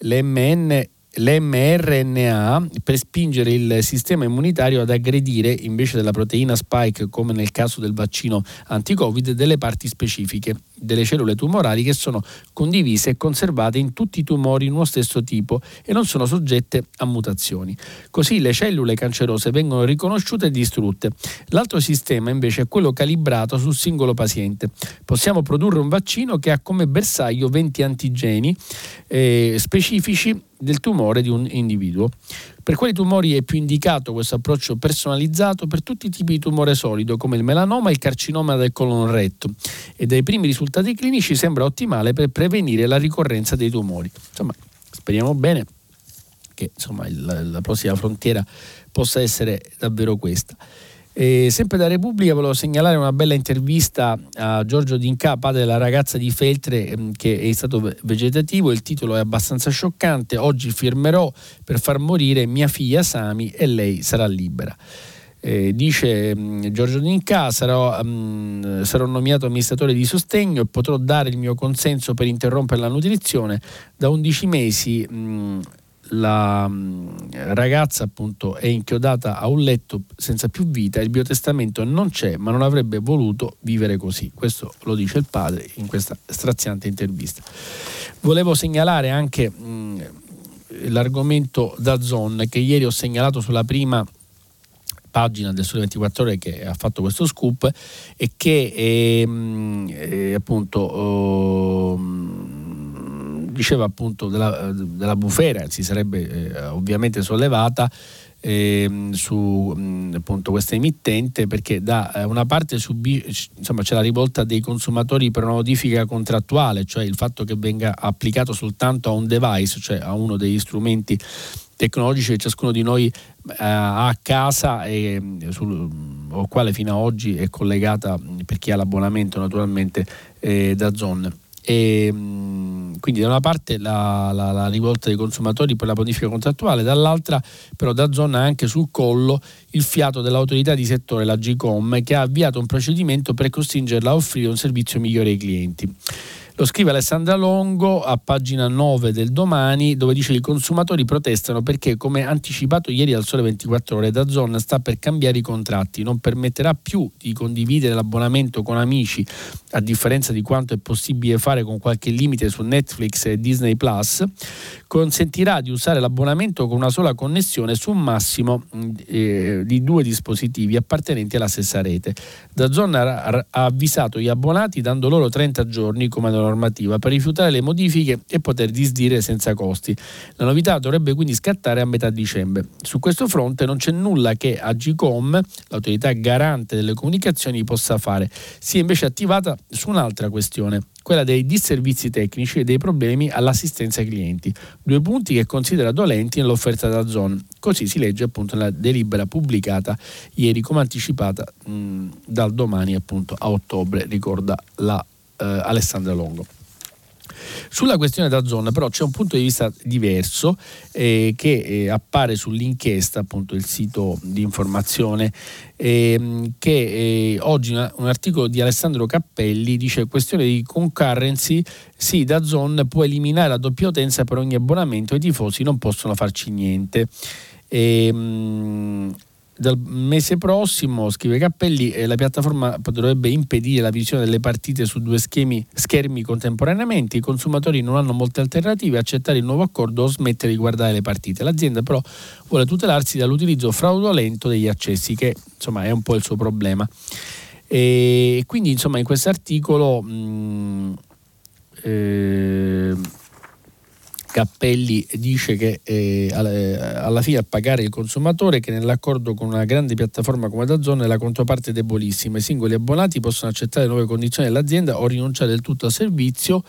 l'mRNA per spingere il sistema immunitario ad aggredire, invece della proteina spike come nel caso del vaccino anti-Covid, delle parti specifiche delle cellule tumorali che sono condivise e conservate in tutti i tumori in uno stesso tipo e non sono soggette a mutazioni. Così le cellule cancerose vengono riconosciute e distrutte. L'altro sistema invece è quello calibrato sul singolo paziente. Possiamo produrre un vaccino che ha come bersaglio 20 antigeni specifici del tumore di un individuo. Per quali tumori è più indicato questo approccio personalizzato? Per tutti i tipi di tumore solido, come il melanoma e il carcinoma del colon retto, e dai primi risultati clinici sembra ottimale per prevenire la ricorrenza dei tumori. Insomma, speriamo bene che la prossima frontiera possa essere davvero questa. Sempre da Repubblica volevo segnalare una bella intervista a Giorgio D'Inca, padre della ragazza di Feltre che è stato vegetativo. Il titolo è abbastanza scioccante: oggi firmerò per far morire mia figlia Sami e lei sarà libera. Dice Giorgio D'Inca: sarò nominato amministratore di sostegno e potrò dare il mio consenso per interrompere la nutrizione. Da 11 mesi la ragazza appunto è inchiodata a un letto senza più vita, il biotestamento non c'è, ma non avrebbe voluto vivere così. Questo lo dice il padre in questa straziante intervista. Volevo segnalare anche l'argomento DAZN, che ieri ho segnalato sulla prima pagina del Sole 24 Ore, che ha fatto questo scoop e che diceva appunto della bufera, si sarebbe ovviamente sollevata su appunto questa emittente, perché da una parte c'è la rivolta dei consumatori per una modifica contrattuale, cioè il fatto che venga applicato soltanto a un device, cioè a uno degli strumenti tecnologici che ciascuno di noi ha a casa e o quale fino ad oggi è collegata, per chi ha l'abbonamento naturalmente, DAZN. E quindi da una parte la rivolta dei consumatori per la modifica contrattuale, dall'altra però DAZN ha anche sul collo il fiato dell'autorità di settore, la Agcom, che ha avviato un procedimento per costringerla a offrire un servizio migliore ai clienti. Lo scrive Alessandra Longo a pagina 9 del Domani, dove dice: i consumatori protestano perché, come anticipato ieri al Sole 24 Ore, DAZN sta per cambiare i contratti, non permetterà più di condividere l'abbonamento con amici, a differenza di quanto è possibile fare con qualche limite su Netflix e Disney Plus, consentirà di usare l'abbonamento con una sola connessione su un massimo di 2 dispositivi appartenenti alla stessa rete. DAZN ha avvisato gli abbonati, dando loro 30 giorni come la normativa per rifiutare le modifiche e poter disdire senza costi. La novità dovrebbe quindi scattare a metà dicembre. Su questo fronte non c'è nulla che Agcom, l'autorità garante delle comunicazioni, possa fare. Si è invece attivata su un'altra questione, quella dei disservizi tecnici e dei problemi all'assistenza ai clienti, 2 punti che considera dolenti nell'offerta da DAZN. Così si legge appunto nella delibera pubblicata ieri, come anticipata dal Domani appunto a ottobre, ricorda la Alessandra Longo. Sulla questione DAZN però c'è un punto di vista diverso che appare sull'inchiesta, appunto il sito di informazione, che oggi un articolo di Alessandro Cappelli dice: questione di concurrency, sì, DAZN può eliminare la doppia utenza per ogni abbonamento, i tifosi non possono farci niente. Dal mese prossimo, scrive Cappelli, la piattaforma dovrebbe impedire la visione delle partite su 2 schermi contemporaneamente. I consumatori non hanno molte alternative: accettare il nuovo accordo o smettere di guardare le partite. L'azienda però vuole tutelarsi dall'utilizzo fraudolento degli accessi, che insomma è un po' il suo problema. E quindi insomma in questo articolo Cappelli dice che alla fine a pagare il consumatore, che nell'accordo con una grande piattaforma come DAZN è la controparte debolissima. I singoli abbonati possono accettare nuove condizioni dell'azienda o rinunciare del tutto al servizio.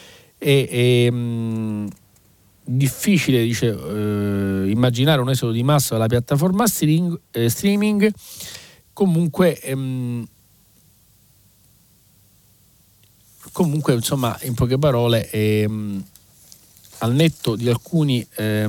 Difficile, dice, immaginare un esodo di massa dalla piattaforma streaming. Comunque comunque, insomma, in poche parole, al netto di alcuni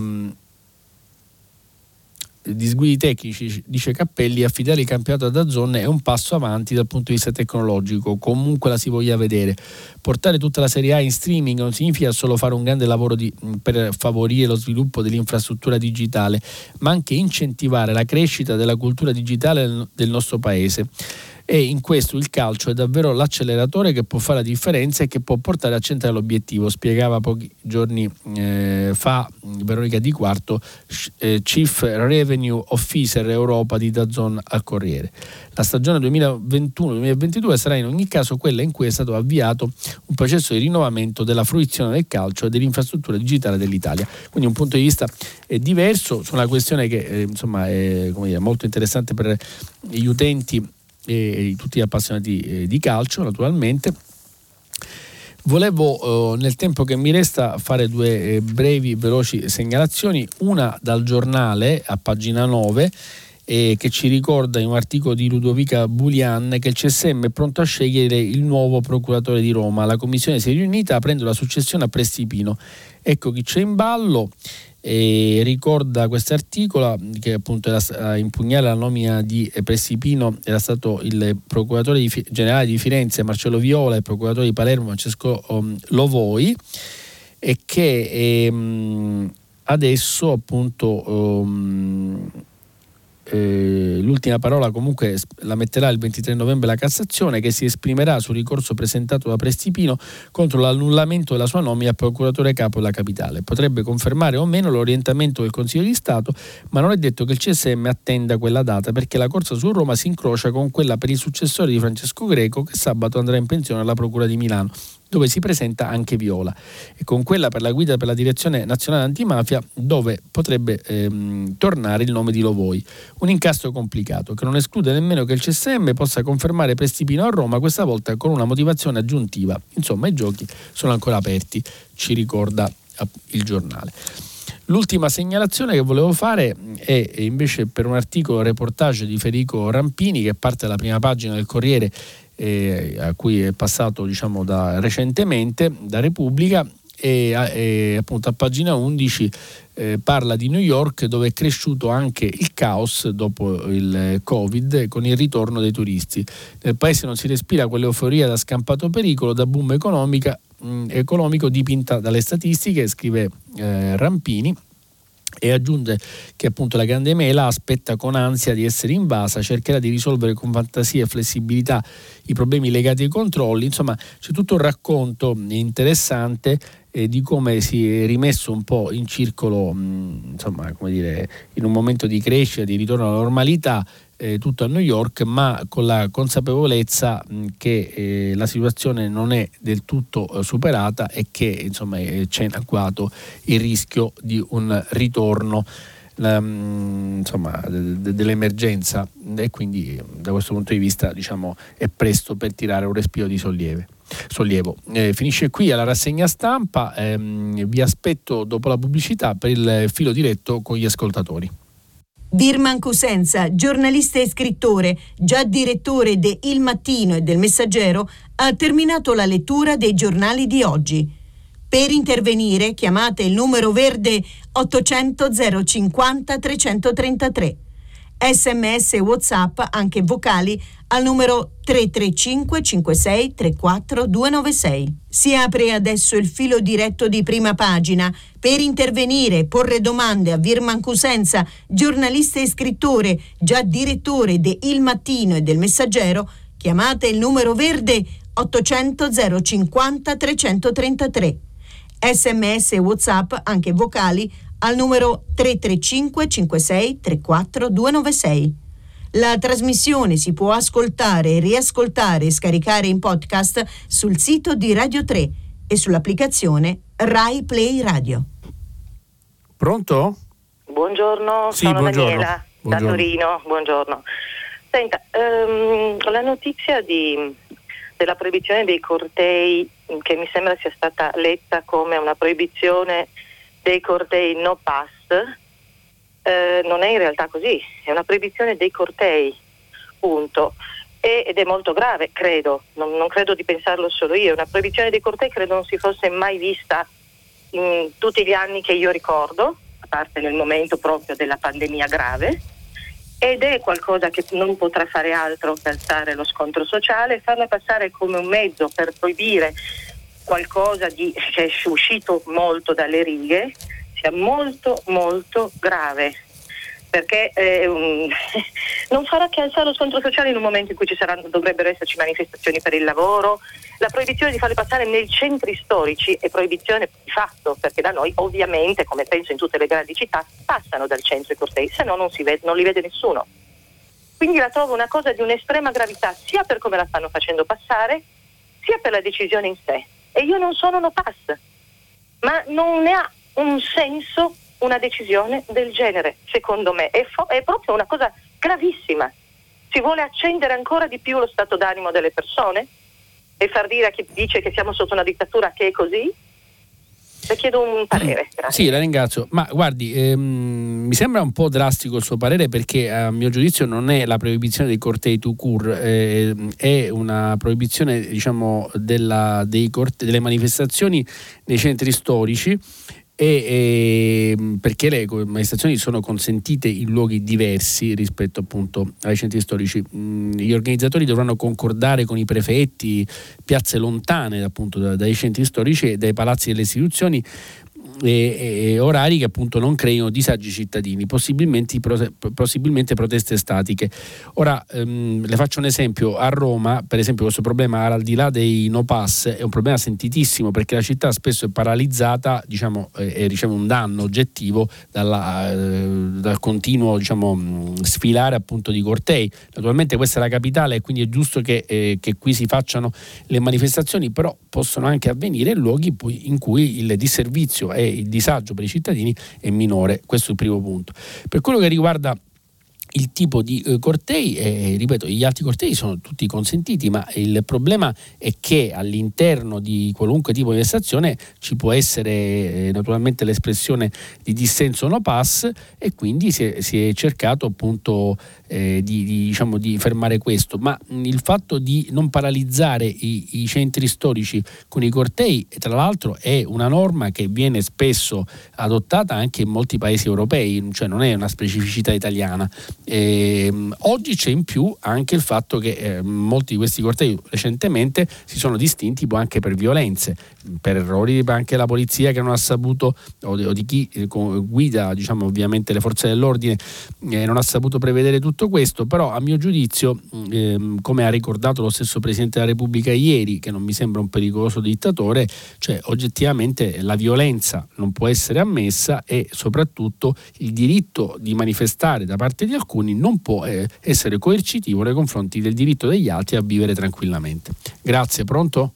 disguidi tecnici, dice Cappelli, affidare il campionato a DAZN è un passo avanti dal punto di vista tecnologico, comunque la si voglia vedere. Portare tutta la Serie A in streaming non significa solo fare un grande lavoro per favorire lo sviluppo dell'infrastruttura digitale, ma anche incentivare la crescita della cultura digitale del nostro paese. E in questo il calcio è davvero l'acceleratore che può fare la differenza e che può portare a centrare l'obiettivo, spiegava pochi giorni fa Veronica Di Quarto, Chief Revenue Officer Europa di DAZN al Corriere. La stagione 2021-2022 sarà in ogni caso quella in cui è stato avviato un processo di rinnovamento della fruizione del calcio e dell'infrastruttura digitale dell'Italia. Quindi un punto di vista diverso su una questione che insomma è, come dire, molto interessante per gli utenti e tutti gli appassionati di calcio, naturalmente. Volevo nel tempo che mi resta fare due brevi, veloci segnalazioni, una dal giornale a pagina 9 che ci ricorda in un articolo di Ludovica Bulian che il CSM è pronto a scegliere il nuovo procuratore di Roma. La commissione si è riunita aprendo la successione a Prestipino. Ecco chi c'è in ballo. E ricorda questo articolo che appunto a impugnare la nomina di Prestipino era stato il procuratore generale di Firenze Marcello Viola e il procuratore di Palermo Francesco Lovoi, e che adesso appunto l'ultima parola comunque la metterà il 23 novembre la Cassazione, che si esprimerà sul ricorso presentato da Prestipino contro l'annullamento della sua nomina a procuratore capo della capitale. Potrebbe confermare o meno l'orientamento del Consiglio di Stato, ma non è detto che il CSM attenda quella data, perché la corsa su Roma si incrocia con quella per il successore di Francesco Greco, che sabato andrà in pensione alla Procura di Milano, dove si presenta anche Viola, e con quella per la guida per la Direzione Nazionale Antimafia, dove potrebbe tornare il nome di Lovoi. Un incastro complicato che non esclude nemmeno che il CSM possa confermare Prestipino a Roma, questa volta con una motivazione aggiuntiva. Insomma, i giochi sono ancora aperti, ci ricorda il giornale. L'ultima segnalazione che volevo fare è invece per un articolo reportage di Federico Rampini, che parte dalla prima pagina del Corriere, a cui è passato recentemente da Repubblica, e appunto a pagina 11 parla di New York, dove è cresciuto anche il caos dopo il Covid con il ritorno dei turisti. Nel paese non si respira quell'euforia da scampato pericolo, da boom economico dipinta dalle statistiche, scrive Rampini. E aggiunge che appunto la grande mela aspetta con ansia di essere invasa, cercherà di risolvere con fantasia e flessibilità i problemi legati ai controlli. Insomma, c'è tutto un racconto interessante di come si è rimesso un po' in circolo, insomma, come dire, in un momento di crescita, di ritorno alla normalità, tutto a New York, ma con la consapevolezza che la situazione non è del tutto superata e che insomma c'è in agguato il rischio di un ritorno insomma dell'emergenza, e quindi da questo punto di vista diciamo è presto per tirare un respiro di sollievo. Finisce qui alla rassegna stampa, vi aspetto dopo la pubblicità per il filo diretto con gli ascoltatori. Virman Cosenza, giornalista e scrittore, già direttore de Il Mattino e del Messaggero, ha terminato la lettura dei giornali di oggi. Per intervenire chiamate il numero verde 800 050 333. SMS e WhatsApp, anche vocali, al numero 335 56 34 296. Si apre adesso il filo diretto di Prima Pagina. Per intervenire e porre domande a Virman Cosenza, giornalista e scrittore, già direttore de Il Mattino e del Messaggero, chiamate il numero verde 800 050 333. SMS e WhatsApp, anche vocali, al numero 335 56 34 296. La trasmissione si può ascoltare, riascoltare e scaricare in podcast sul sito di Radio 3 e sull'applicazione Rai Play Radio. Pronto? Buongiorno, sì, sono buongiorno. Daniela da Torino. Buongiorno. Senta, la notizia della proibizione dei cortei, che mi sembra sia stata letta come una proibizione dei cortei no pass, non è in realtà così, è una proibizione dei cortei, punto. ed è molto grave, credo, non credo di pensarlo solo io. Una proibizione dei cortei credo non si fosse mai vista in tutti gli anni che io ricordo, a parte nel momento proprio della pandemia grave, ed è qualcosa che non potrà fare altro che alzare lo scontro sociale e farla passare come un mezzo per proibire qualcosa che è uscito molto dalle righe, sia molto molto grave, perché non farà che alzare lo scontro sociale in un momento in cui dovrebbero esserci manifestazioni per il lavoro. La proibizione di farle passare nei centri storici è proibizione di fatto, perché da noi ovviamente, come penso in tutte le grandi città, passano dal centro i cortei, se no non li vede nessuno. Quindi la trovo una cosa di un'estrema gravità, sia per come la stanno facendo passare, sia per la decisione in sé. E io non sono no pass, ma non ne ha un senso una decisione del genere, secondo me. È proprio una cosa gravissima. Si vuole accendere ancora di più lo stato d'animo delle persone e far dire a chi dice che siamo sotto una dittatura che è così? Le chiedo un parere. Grazie. Sì, la ringrazio. Ma guardi, mi sembra un po' drastico il suo parere, perché a mio giudizio non è la proibizione dei cortei tout court, è una proibizione, diciamo, delle manifestazioni nei centri storici, perché le manifestazioni sono consentite in luoghi diversi rispetto appunto ai centri storici. Gli organizzatori dovranno concordare con i prefetti piazze lontane appunto dai centri storici e dai palazzi delle istituzioni, e orari che appunto non creino disagi cittadini, possibilmente proteste statiche. Ora le faccio un esempio: a Roma per esempio questo problema, al di là dei no pass, è un problema sentitissimo, perché la città spesso è paralizzata, diciamo, e riceve un danno oggettivo dal continuo, diciamo, sfilare appunto di cortei. Naturalmente questa è la capitale e quindi è giusto che qui si facciano le manifestazioni, però possono anche avvenire in luoghi in cui il disservizio e il disagio per i cittadini è minore. Questo è il primo punto. Per quello che riguarda il tipo di cortei, ripeto, gli altri cortei sono tutti consentiti, ma il problema è che all'interno di qualunque tipo di manifestazione ci può essere naturalmente l'espressione di dissenso no pass, e quindi si è cercato appunto di fermare questo. Ma il fatto di non paralizzare i centri storici con i cortei, tra l'altro, è una norma che viene spesso adottata anche in molti paesi europei, cioè non è una specificità italiana. Oggi c'è in più anche il fatto che molti di questi cortei recentemente si sono distinti anche per violenze, per errori anche della polizia che non ha saputo, o di chi guida, diciamo, ovviamente le forze dell'ordine, non ha saputo prevedere tutto questo. Però a mio giudizio, come ha ricordato lo stesso Presidente della Repubblica ieri, che non mi sembra un pericoloso dittatore, cioè oggettivamente la violenza non può essere ammessa, e soprattutto il diritto di manifestare da parte di alcuni non può essere coercitivo nei confronti del diritto degli altri a vivere tranquillamente. Grazie. Pronto?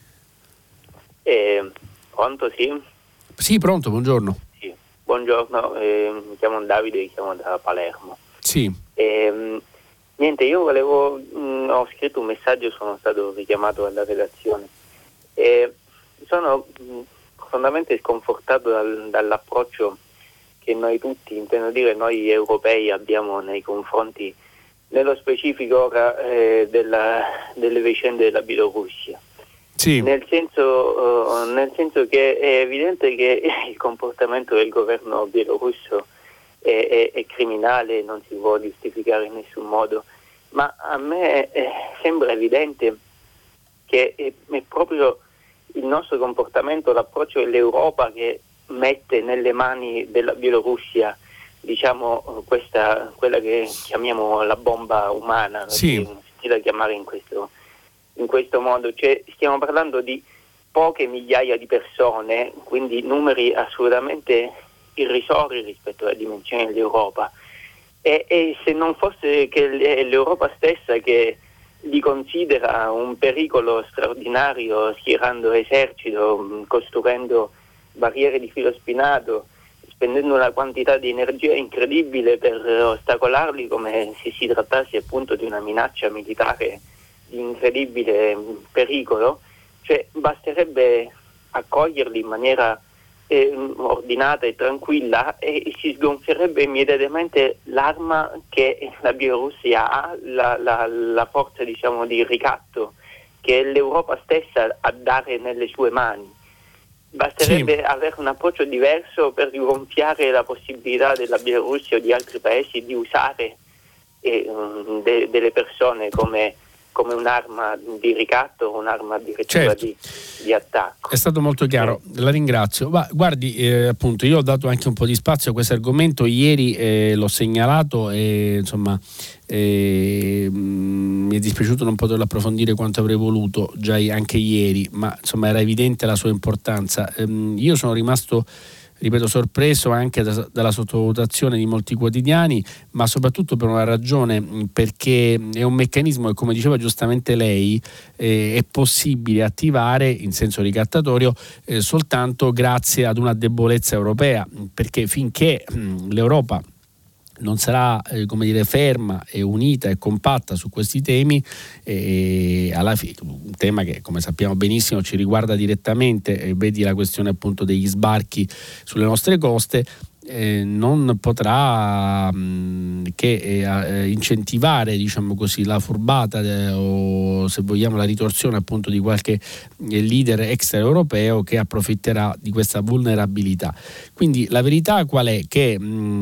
Pronto, sì? Sì, pronto, buongiorno. Sì, buongiorno, mi chiamo Davide, chiamo da Palermo. Sì. Niente, io ho scritto un messaggio, sono stato richiamato alla redazione. Sono profondamente sconfortato dall'approccio che noi tutti, intendo dire noi europei, abbiamo nei confronti, nello specifico ora, delle vicende della Bielorussia. Sì. Nel senso che è evidente che il comportamento del governo bielorusso è criminale, non si può giustificare in nessun modo, ma a me sembra evidente che è proprio il nostro comportamento, l'approccio dell'Europa, che mette nelle mani della Bielorussia, diciamo, quella che chiamiamo la bomba umana, sì, si da chiamare in questo modo. Cioè, stiamo parlando di poche migliaia di persone, quindi numeri assolutamente irrisori rispetto alla dimensione dell'Europa, e se non fosse che l'Europa stessa che li considera un pericolo straordinario, schierando esercito, costruendo barriere di filo spinato, spendendo una quantità di energia incredibile per ostacolarli, come se si trattasse appunto di una minaccia militare di incredibile pericolo, cioè basterebbe accoglierli in maniera ordinata e tranquilla, e si sgonfierebbe immediatamente l'arma che la Bielorussia ha, la forza diciamo di ricatto che è l'Europa stessa a dare nelle sue mani. Basterebbe avere un approccio diverso per rigonfiare la possibilità della Bielorussia o di altri paesi di usare delle persone come un'arma di ricatto, un'arma addirittura di attacco. È stato molto chiaro, la ringrazio. Guardi, appunto, io ho dato anche un po' di spazio a questo argomento, ieri l'ho segnalato e insomma mi è dispiaciuto non poterlo approfondire quanto avrei voluto già anche ieri, ma insomma era evidente la sua importanza. Io sono rimasto, ripeto, sorpreso anche dalla sottovalutazione di molti quotidiani, ma soprattutto per una ragione, perché è un meccanismo che, come diceva giustamente lei, è possibile attivare in senso ricattatorio soltanto grazie ad una debolezza europea, perché finché l'Europa non sarà ferma e unita e compatta su questi temi, alla fine, un tema che come sappiamo benissimo ci riguarda direttamente, vedi la questione appunto degli sbarchi sulle nostre coste, non potrà che incentivare, diciamo così, la furbata o, se vogliamo, la ritorsione appunto di qualche leader extraeuropeo che approfitterà di questa vulnerabilità. Quindi la verità qual è? Che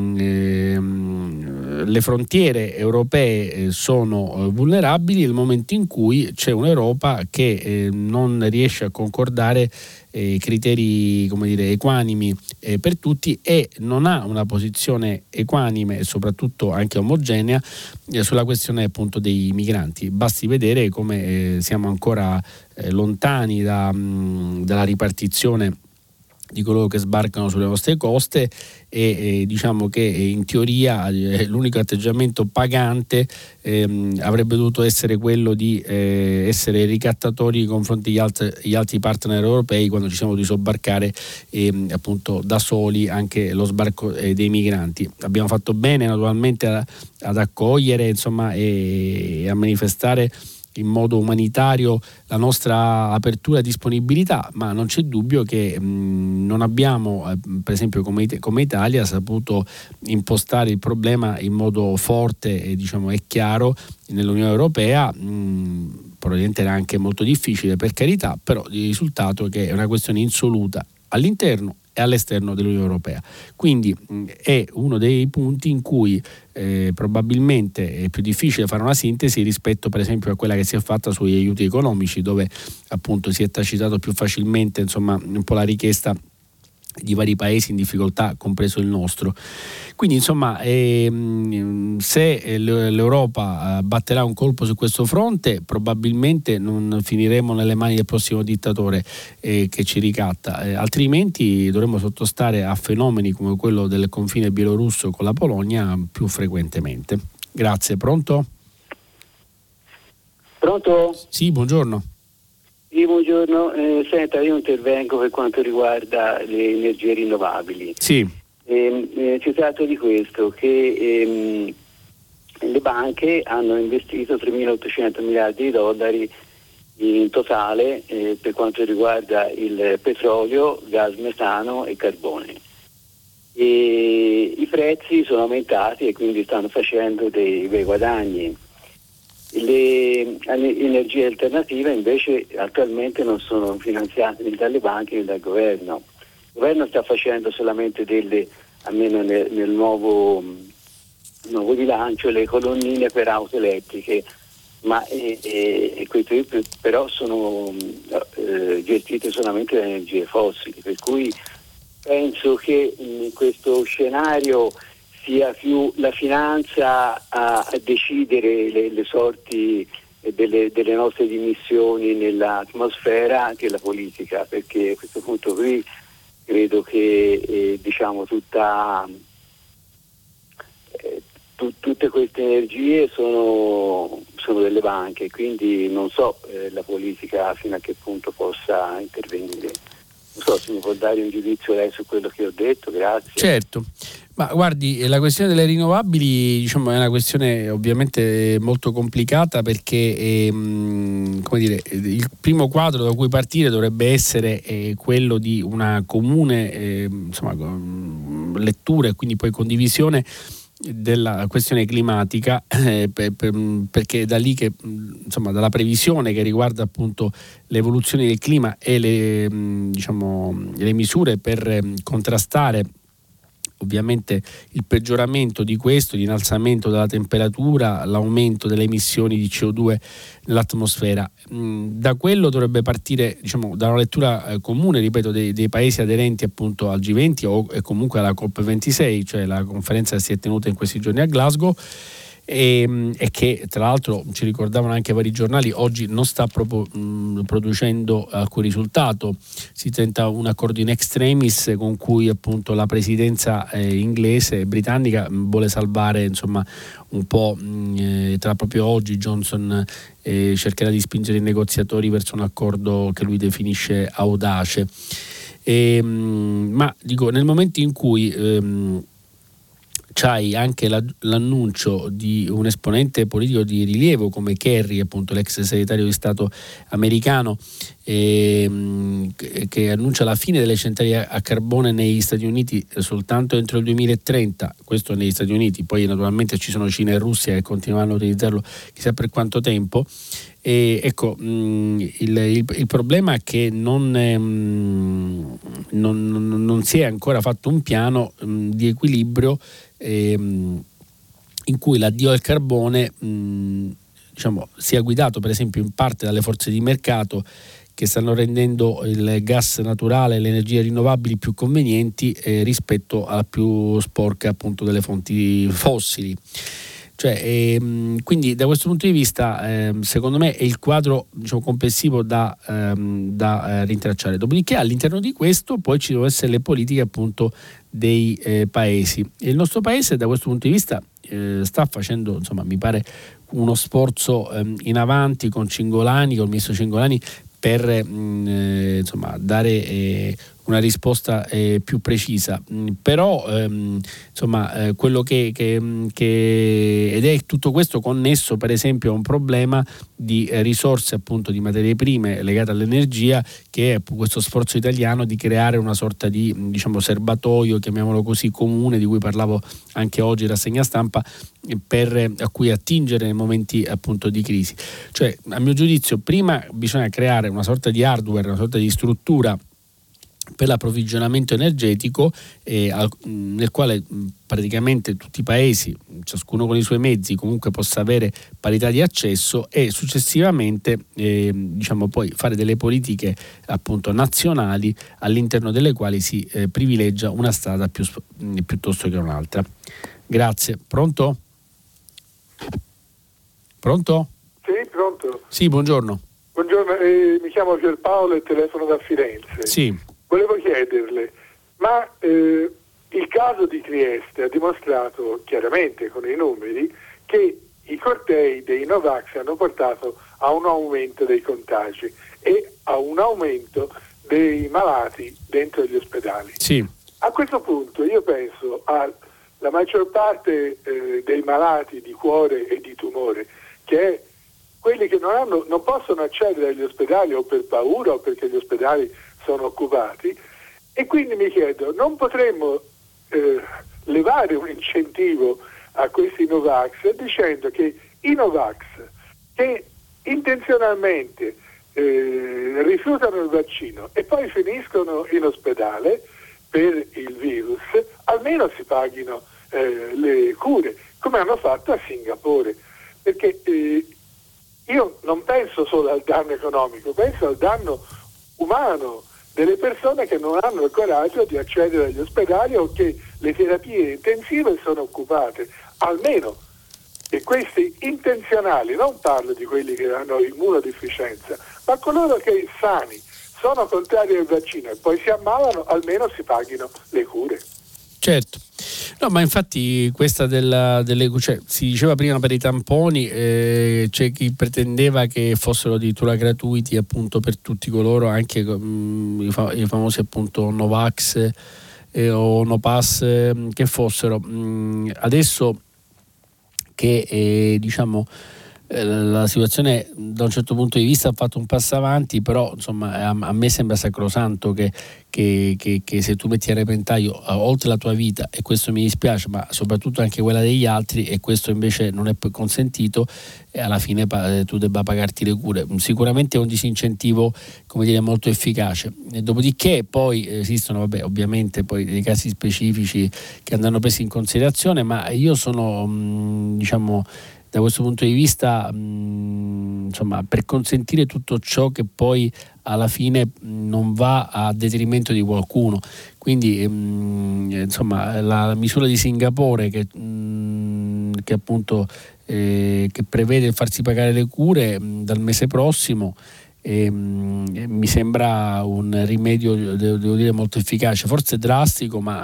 le frontiere europee sono vulnerabili nel momento in cui c'è un'Europa che non riesce a concordare criteri, come dire, equanimi per tutti, e non ha una posizione equanime e soprattutto anche omogenea sulla questione appunto dei migranti. Basti vedere come siamo ancora lontani dalla ripartizione di coloro che sbarcano sulle nostre coste e diciamo che in teoria l'unico atteggiamento pagante avrebbe dovuto essere quello di essere ricattatori nei confronti degli altri partner europei quando ci siamo dovuti sobbarcare appunto da soli anche lo sbarco dei migranti. Abbiamo fatto bene naturalmente ad accogliere, insomma, e a manifestare in modo umanitario la nostra apertura e disponibilità, ma non c'è dubbio che non abbiamo, per esempio come Italia, saputo impostare il problema in modo forte e chiaro nell'Unione Europea. Probabilmente era anche molto difficile, per carità, però il risultato è che è una questione insoluta all'interno e all'esterno dell'Unione Europea. Quindi è uno dei punti in cui probabilmente è più difficile fare una sintesi rispetto per esempio a quella che si è fatta sugli aiuti economici, dove appunto si è tacitato più facilmente un po' la richiesta di vari paesi in difficoltà, compreso il nostro. Quindi se l'Europa batterà un colpo su questo fronte, probabilmente non finiremo nelle mani del prossimo dittatore che ci ricatta, altrimenti dovremo sottostare a fenomeni come quello del confine bielorusso con la Polonia più frequentemente. Grazie. Pronto? Pronto? Sì, buongiorno. Sì, buongiorno. Senta, io intervengo per quanto riguarda le energie rinnovabili. Sì. Si tratta di questo, che le banche hanno investito 3.800 miliardi di dollari in totale per quanto riguarda il petrolio, gas metano e carbone. E i prezzi sono aumentati e quindi stanno facendo dei bei guadagni. Le energie alternative invece attualmente non sono finanziate né dalle banche né dal governo. Il governo sta facendo solamente almeno nel nuovo bilancio, le colonnine per auto elettriche, ma queste però sono gestite solamente da energie fossili, per cui penso che in questo scenario sia più la finanza a decidere le sorti delle nostre dimissioni nell'atmosfera che la politica, perché a questo punto qui credo che tutte queste energie sono delle banche, quindi non so la politica fino a che punto possa intervenire. Non so se mi può dare un giudizio lei su quello che ho detto, grazie. Certo, ma guardi, la questione delle rinnovabili, diciamo, è una questione ovviamente molto complicata, perché come dire, il primo quadro da cui partire dovrebbe essere quello di una comune lettura e quindi poi condivisione della questione climatica, perché è da lì che, insomma, dalla previsione che riguarda appunto l'evoluzione del clima e le misure per contrastare ovviamente il peggioramento di questo, l'innalzamento della temperatura, l'aumento delle emissioni di CO2 nell'atmosfera. Da quello dovrebbe partire, diciamo, da una lettura comune, ripeto, dei paesi aderenti appunto al G20 e comunque alla COP26, cioè la conferenza che si è tenuta in questi giorni a Glasgow, e che tra l'altro ci ricordavano anche vari giornali oggi non sta proprio producendo alcun risultato. Si tenta un accordo in extremis con cui appunto la presidenza inglese e britannica vuole salvare, insomma, un po', tra proprio oggi Johnson cercherà di spingere i negoziatori verso un accordo che lui definisce audace, ma dico, nel momento in cui c'hai anche l'annuncio di un esponente politico di rilievo come Kerry, appunto l'ex segretario di Stato americano, che annuncia la fine delle centrali a carbone negli Stati Uniti soltanto entro il 2030, questo negli Stati Uniti, poi naturalmente ci sono Cina e Russia che continuano a utilizzarlo chissà per quanto tempo. E ecco, il problema è che non si è ancora fatto un piano di equilibrio in cui l'addio al carbone sia guidato per esempio in parte dalle forze di mercato che stanno rendendo il gas naturale e le energie rinnovabili più convenienti rispetto alla più sporca appunto delle fonti fossili. Cioè, quindi da questo punto di vista secondo me è il quadro, diciamo, complessivo da rintracciare. Dopodiché all'interno di questo poi ci devono essere le politiche appunto dei paesi, e il nostro paese da questo punto di vista sta facendo, insomma, mi pare uno sforzo in avanti con il ministro Cingolani per dare una risposta più precisa, però quello che ed è tutto questo connesso per esempio a un problema di risorse appunto di materie prime legate all'energia, che è questo sforzo italiano di creare una sorta di, diciamo, serbatoio, chiamiamolo così, comune, di cui parlavo anche oggi in rassegna stampa, a cui attingere nei momenti appunto di crisi. Cioè, a mio giudizio, prima bisogna creare una sorta di hardware, una sorta di struttura per l'approvvigionamento energetico, nel quale praticamente tutti i paesi, ciascuno con i suoi mezzi, comunque possa avere parità di accesso, e successivamente poi fare delle politiche appunto nazionali all'interno delle quali si privilegia una strada piuttosto che un'altra. Grazie. Pronto? Pronto? Sì, pronto. Sì, buongiorno. Buongiorno, mi chiamo Pierpaolo e telefono da Firenze. Sì. Volevo chiederle, ma il caso di Trieste ha dimostrato chiaramente con i numeri che i cortei dei Novax hanno portato a un aumento dei contagi e a un aumento dei malati dentro gli ospedali. Sì. A questo punto io penso alla maggior parte dei malati di cuore e di tumore, che è quelli che non possono accedere agli ospedali o per paura o perché gli ospedali sono occupati, e quindi mi chiedo, non potremmo levare un incentivo a questi Novax dicendo che i Novax che intenzionalmente rifiutano il vaccino e poi finiscono in ospedale per il virus, almeno si paghino le cure, come hanno fatto a Singapore, perché io non penso solo al danno economico, penso al danno umano delle persone che non hanno il coraggio di accedere agli ospedali o che le terapie intensive sono occupate. Almeno che questi intenzionali, non parlo di quelli che hanno immunodeficienza, ma coloro che sani sono contrari al vaccino e poi si ammalano, almeno si paghino le cure. Certo. No, ma infatti questa cioè, si diceva prima per i tamponi, c'è chi pretendeva che fossero addirittura gratuiti appunto per tutti coloro, anche i famosi appunto Novax o No Pass che fossero. Adesso che diciamo la situazione da un certo punto di vista ha fatto un passo avanti, però insomma a me sembra sacrosanto che se tu metti a repentaglio oltre la tua vita, e questo mi dispiace, ma soprattutto anche quella degli altri, e questo invece non è consentito, e alla fine tu debba pagarti le cure. Sicuramente è un disincentivo, come dire, molto efficace. E dopodiché poi esistono ovviamente poi dei casi specifici che andranno presi in considerazione, ma io sono diciamo da questo punto di vista insomma, per consentire tutto ciò che poi alla fine non va a detrimento di qualcuno. Quindi insomma la misura di Singapore che appunto che prevede farsi pagare le cure dal mese prossimo mi sembra un rimedio, devo dire, molto efficace, forse drastico, ma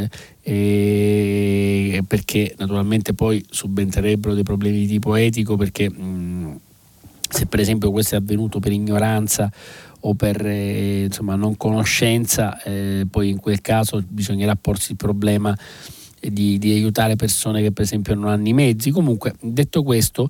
perché naturalmente poi subentrerebbero dei problemi di tipo etico, perché se per esempio questo è avvenuto per ignoranza o per insomma non conoscenza, poi in quel caso bisognerà porsi il problema di aiutare persone che per esempio non hanno i mezzi. Comunque, detto questo,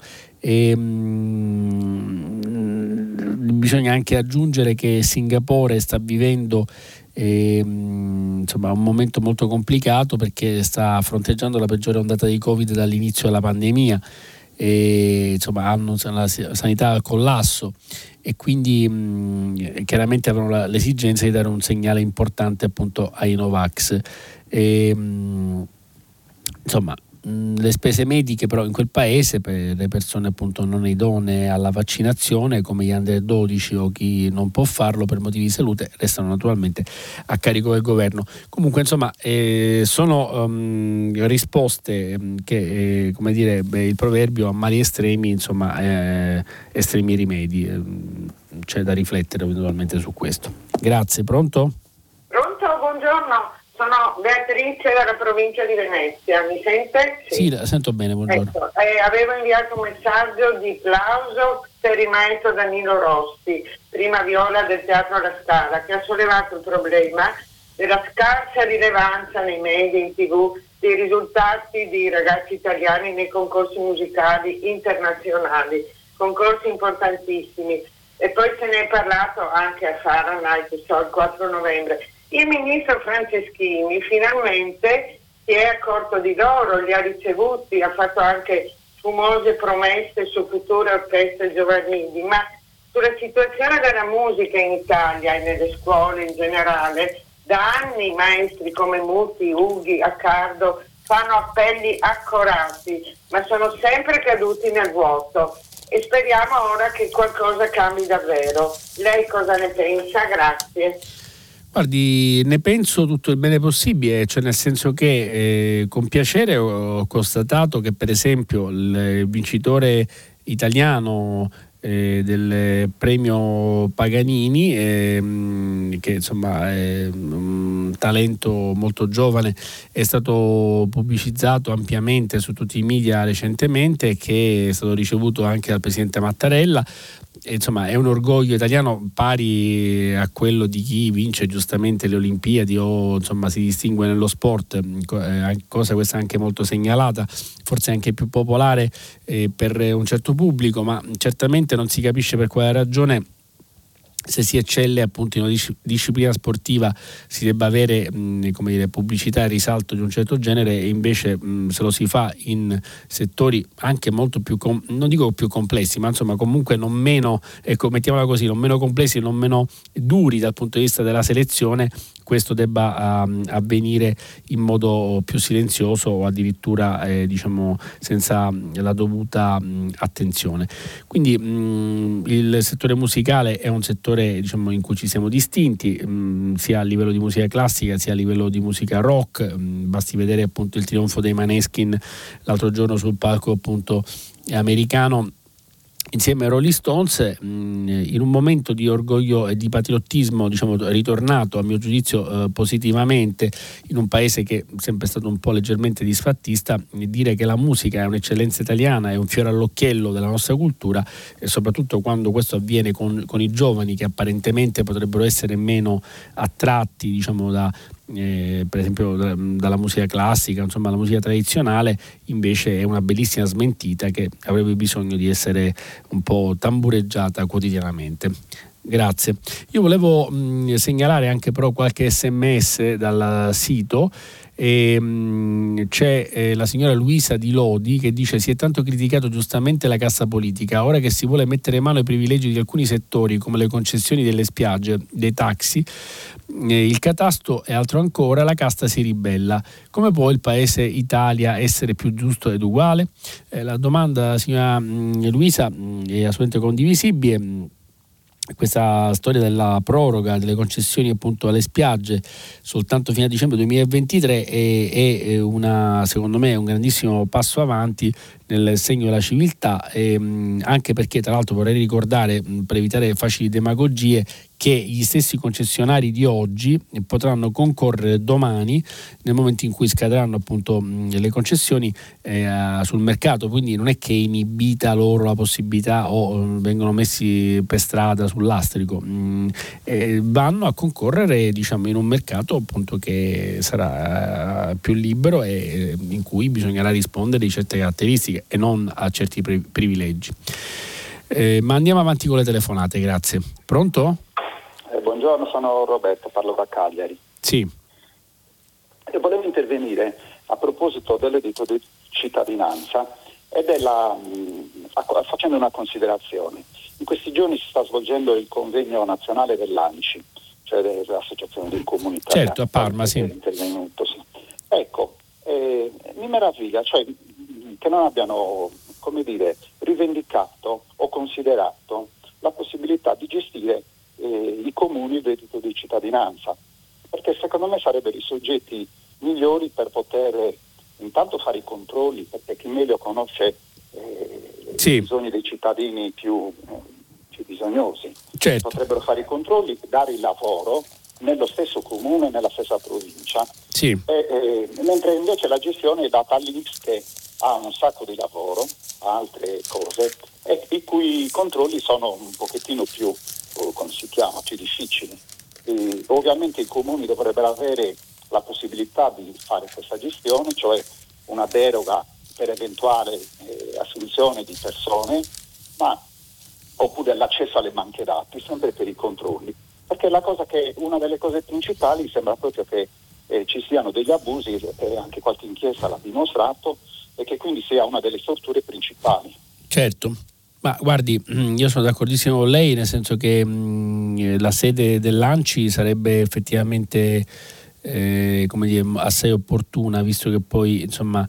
bisogna anche aggiungere che Singapore sta vivendo insomma un momento molto complicato, perché sta fronteggiando la peggiore ondata di Covid dall'inizio della pandemia, e insomma hanno la sanità al collasso, e quindi chiaramente avranno l'esigenza di dare un segnale importante appunto ai Novax. Insomma, le spese mediche però in quel paese per le persone appunto non idonee alla vaccinazione, come gli under 12 o chi non può farlo per motivi di salute, restano naturalmente a carico del governo. Comunque insomma sono risposte che come dire, il proverbio a mali estremi, insomma estremi rimedi, c'è da riflettere eventualmente su questo. Grazie. Pronto? Pronto, buongiorno. Sono Beatrice dalla provincia di Venezia, mi sente? Sì, la sento bene, buongiorno. Ecco, avevo inviato un messaggio di plauso per il maestro Danilo Rossi, prima viola del Teatro La Scala, che ha sollevato il problema della scarsa rilevanza nei media, in TV, dei risultati di ragazzi italiani nei concorsi musicali internazionali, concorsi importantissimi. E poi se ne è parlato anche a Fahrenheit, il 4 novembre. Il ministro Franceschini finalmente si è accorto di loro, li ha ricevuti, ha fatto anche fumose promesse su future orchestre giovanili, ma sulla situazione della musica in Italia e nelle scuole in generale, da anni maestri come Muti, Ughi, Accardo fanno appelli accorati, ma sono sempre caduti nel vuoto. E speriamo ora che qualcosa cambi davvero. Lei cosa ne pensa? Grazie. Guardi, ne penso tutto il bene possibile, cioè nel senso che con piacere ho constatato che per esempio il vincitore italiano del premio Paganini, che insomma è un talento molto giovane, è stato pubblicizzato ampiamente su tutti i media recentemente, che è stato ricevuto anche dal presidente Mattarella. Insomma è un orgoglio italiano pari a quello di chi vince giustamente le Olimpiadi o insomma si distingue nello sport, cosa questa anche molto segnalata, forse anche più popolare per un certo pubblico, ma certamente non si capisce per quale ragione, se si eccelle appunto in una disciplina sportiva, si debba avere come dire, pubblicità e risalto di un certo genere, e invece se lo si fa in settori anche molto più non dico più complessi, ma insomma comunque non meno, ecco, mettiamola così, non meno complessi, non meno duri dal punto di vista della selezione, questo debba avvenire in modo più silenzioso o addirittura diciamo senza la dovuta attenzione. Quindi il settore musicale è un settore, diciamo, in cui ci siamo distinti, sia a livello di musica classica sia a livello di musica rock. Basti vedere appunto il trionfo dei Maneskin l'altro giorno sul palco appunto americano, insieme ai Rolling Stones, in un momento di orgoglio e di patriottismo, diciamo, ritornato a mio giudizio positivamente in un paese che è sempre stato un po' leggermente disfattista. Dire che la musica è un'eccellenza italiana, è un fiore all'occhiello della nostra cultura, e soprattutto quando questo avviene con i giovani, che apparentemente potrebbero essere meno attratti, diciamo, per esempio dalla musica classica, insomma la musica tradizionale, invece è una bellissima smentita che avrebbe bisogno di essere un po' tambureggiata quotidianamente. Grazie. Io volevo segnalare anche però qualche SMS dal sito. C'è la signora Luisa di Lodi che dice: si è tanto criticato giustamente la cassa politica, ora che si vuole mettere mano ai privilegi di alcuni settori come le concessioni delle spiagge, dei taxi, il catasto e altro ancora, la casta si ribella. Come può il paese Italia essere più giusto ed uguale? La domanda, signora Luisa, è assolutamente condivisibile. Questa storia della proroga delle concessioni appunto alle spiagge soltanto fino a dicembre 2023 è secondo me un grandissimo passo avanti nel segno della civiltà, anche perché, tra l'altro, vorrei ricordare, per evitare facili demagogie, che gli stessi concessionari di oggi potranno concorrere domani, nel momento in cui scadranno appunto le concessioni sul mercato. Quindi non è che è inibita loro la possibilità o vengono messi per strada sul lastrico, vanno a concorrere, diciamo, in un mercato appunto che sarà più libero e in cui bisognerà rispondere di certe caratteristiche e non a certi privilegi. Ma andiamo avanti con le telefonate, grazie. Pronto? Buongiorno, sono Roberto, parlo da Cagliari. Sì. Io volevo intervenire a proposito del reddito di cittadinanza e facendo una considerazione. In questi giorni si sta svolgendo il convegno nazionale dell'ANCI, cioè dell'Associazione dei Comuni Italiani. Certo, a Parma, sì. Intervenuto, sì. Ecco, mi meraviglia, cioè, che non abbiano, come dire, rivendicato o considerato la possibilità di gestire i comuni il reddito di cittadinanza, perché secondo me sarebbero i soggetti migliori per poter intanto fare i controlli, perché chi meglio conosce i bisogni dei cittadini più bisognosi. Certo. Potrebbero fare i controlli, dare il lavoro nello stesso comune, nella stessa provincia, sì. Mentre invece la gestione è data all'INPS, che ha un sacco di lavoro, altre cose, e i cui controlli sono un pochettino più, come si chiama, più difficili. Ovviamente i comuni dovrebbero avere la possibilità di fare questa gestione, cioè una deroga per eventuale assunzione di persone, oppure l'accesso alle banche dati, sempre per i controlli. Perché una delle cose principali sembra proprio che ci siano degli abusi, e anche qualche inchiesta l'ha dimostrato, e che quindi sia una delle strutture principali. Certo. Ma guardi, io sono d'accordissimo con lei, nel senso che la sede dell'ANCI sarebbe effettivamente come dire, assai opportuna, visto che poi insomma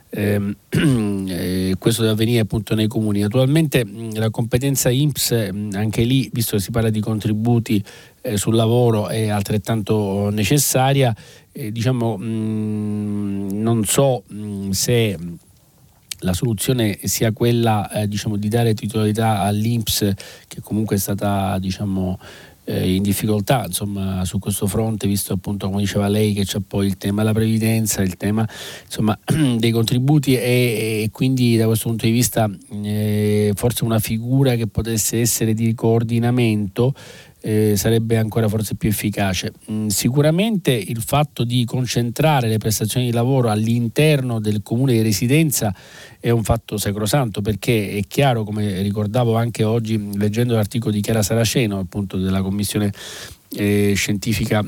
questo deve avvenire appunto nei comuni. Naturalmente la competenza INPS, anche lì, visto che si parla di contributi sul lavoro, è altrettanto necessaria. Diciamo, non so se la soluzione sia quella diciamo di dare titolarità all'INPS, che comunque è stata diciamo in difficoltà insomma su questo fronte, visto appunto, come diceva lei, che c'è poi il tema della previdenza, il tema insomma dei contributi, e quindi da questo punto di vista forse una figura che potesse essere di coordinamento sarebbe ancora forse più efficace. Sicuramente il fatto di concentrare le prestazioni di lavoro all'interno del comune di residenza è un fatto sacrosanto, perché è chiaro, come ricordavo anche oggi leggendo l'articolo di Chiara Saraceno, appunto della commissione scientifica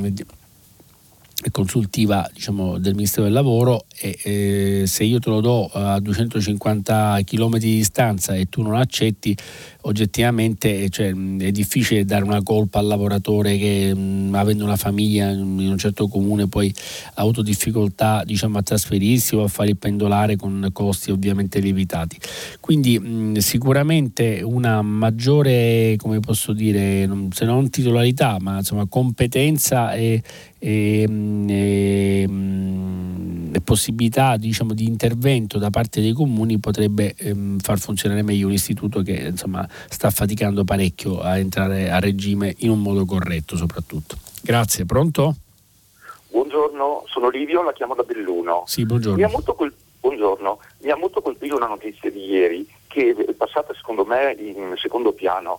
e consultiva diciamo del Ministero del Lavoro, e se io te lo do a 250 km di distanza e tu non accetti, oggettivamente è difficile dare una colpa al lavoratore che avendo una famiglia in un certo comune poi ha avuto difficoltà diciamo a trasferirsi o a fare il pendolare con costi ovviamente lievitati. Quindi sicuramente una maggiore, come posso dire, se non titolarità, ma insomma competenza e possibilità diciamo di intervento da parte dei comuni potrebbe far funzionare meglio un istituto che insomma sta faticando parecchio a entrare a regime in un modo corretto soprattutto. Grazie. Pronto? Buongiorno, sono Livio, la chiamo da Belluno. Sì, buongiorno. Buongiorno, mi ha molto colpito una notizia di ieri che è passata secondo me in secondo piano.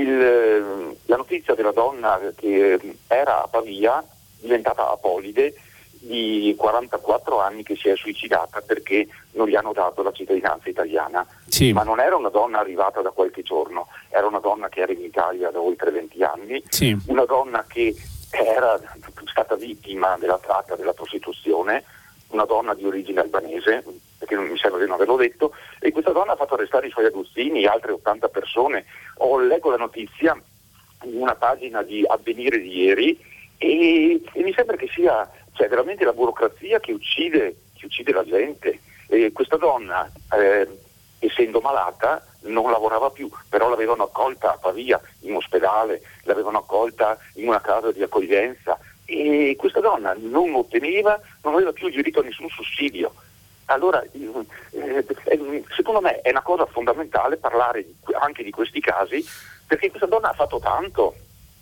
La notizia della donna che era a Pavia, diventata apolide, di 44 anni, che si è suicidata perché non gli hanno dato la cittadinanza italiana. Sì. Ma non era una donna arrivata da qualche giorno, era una donna che era in Italia da oltre 20 anni, sì. Una donna che era stata vittima della tratta, della prostituzione, una donna di origine albanese, perché non mi sembra di non averlo detto, e questa donna ha fatto arrestare i suoi aguzzini, altre 80 persone. Leggo la notizia in una pagina di Avvenire di ieri e mi sembra che sia veramente la burocrazia che uccide la gente. Questa donna, essendo malata, non lavorava più, però l'avevano accolta a Pavia in ospedale, l'avevano accolta in una casa di accoglienza e questa donna non aveva più il diritto a nessun sussidio. Allora, secondo me è una cosa fondamentale parlare anche di questi casi, perché questa donna ha fatto tanto.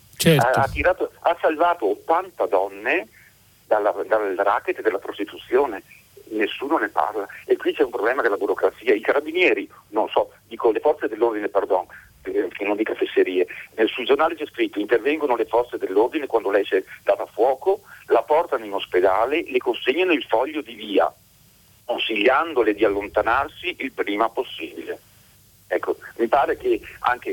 Certo. Ha salvato 80 donne dal racket della prostituzione. Nessuno ne parla e qui c'è un problema della burocrazia. I carabinieri, le forze dell'ordine, che non dica fesserie, sul giornale c'è scritto: intervengono le forze dell'ordine quando lei si è data fuoco, la portano in ospedale, le consegnano il foglio di via consigliandole di allontanarsi il prima possibile. Ecco, mi pare che anche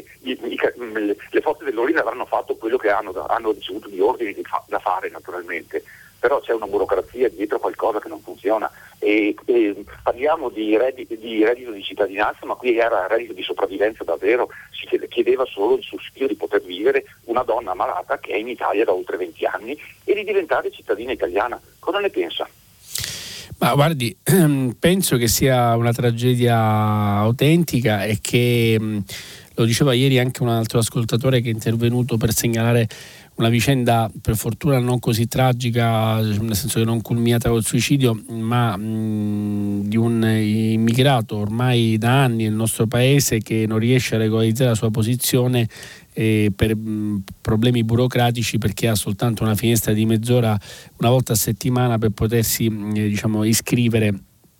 le forze dell'ordine avranno fatto quello che hanno ricevuto di ordini da fare, naturalmente, però c'è una burocrazia dietro, qualcosa che non funziona e parliamo di reddito di cittadinanza, ma qui era reddito di sopravvivenza davvero. Si chiedeva solo il sussidio di poter vivere, una donna malata che è in Italia da oltre 20 anni, e di diventare cittadina italiana. Cosa ne pensa? Ma guardi, penso che sia una tragedia autentica e che lo diceva ieri anche un altro ascoltatore che è intervenuto per segnalare una vicenda per fortuna non così tragica, nel senso che non culminata col suicidio, ma di un immigrato ormai da anni nel nostro paese che non riesce a regolarizzare la sua posizione per problemi burocratici, perché ha soltanto una finestra di mezz'ora una volta a settimana per potersi iscrivere,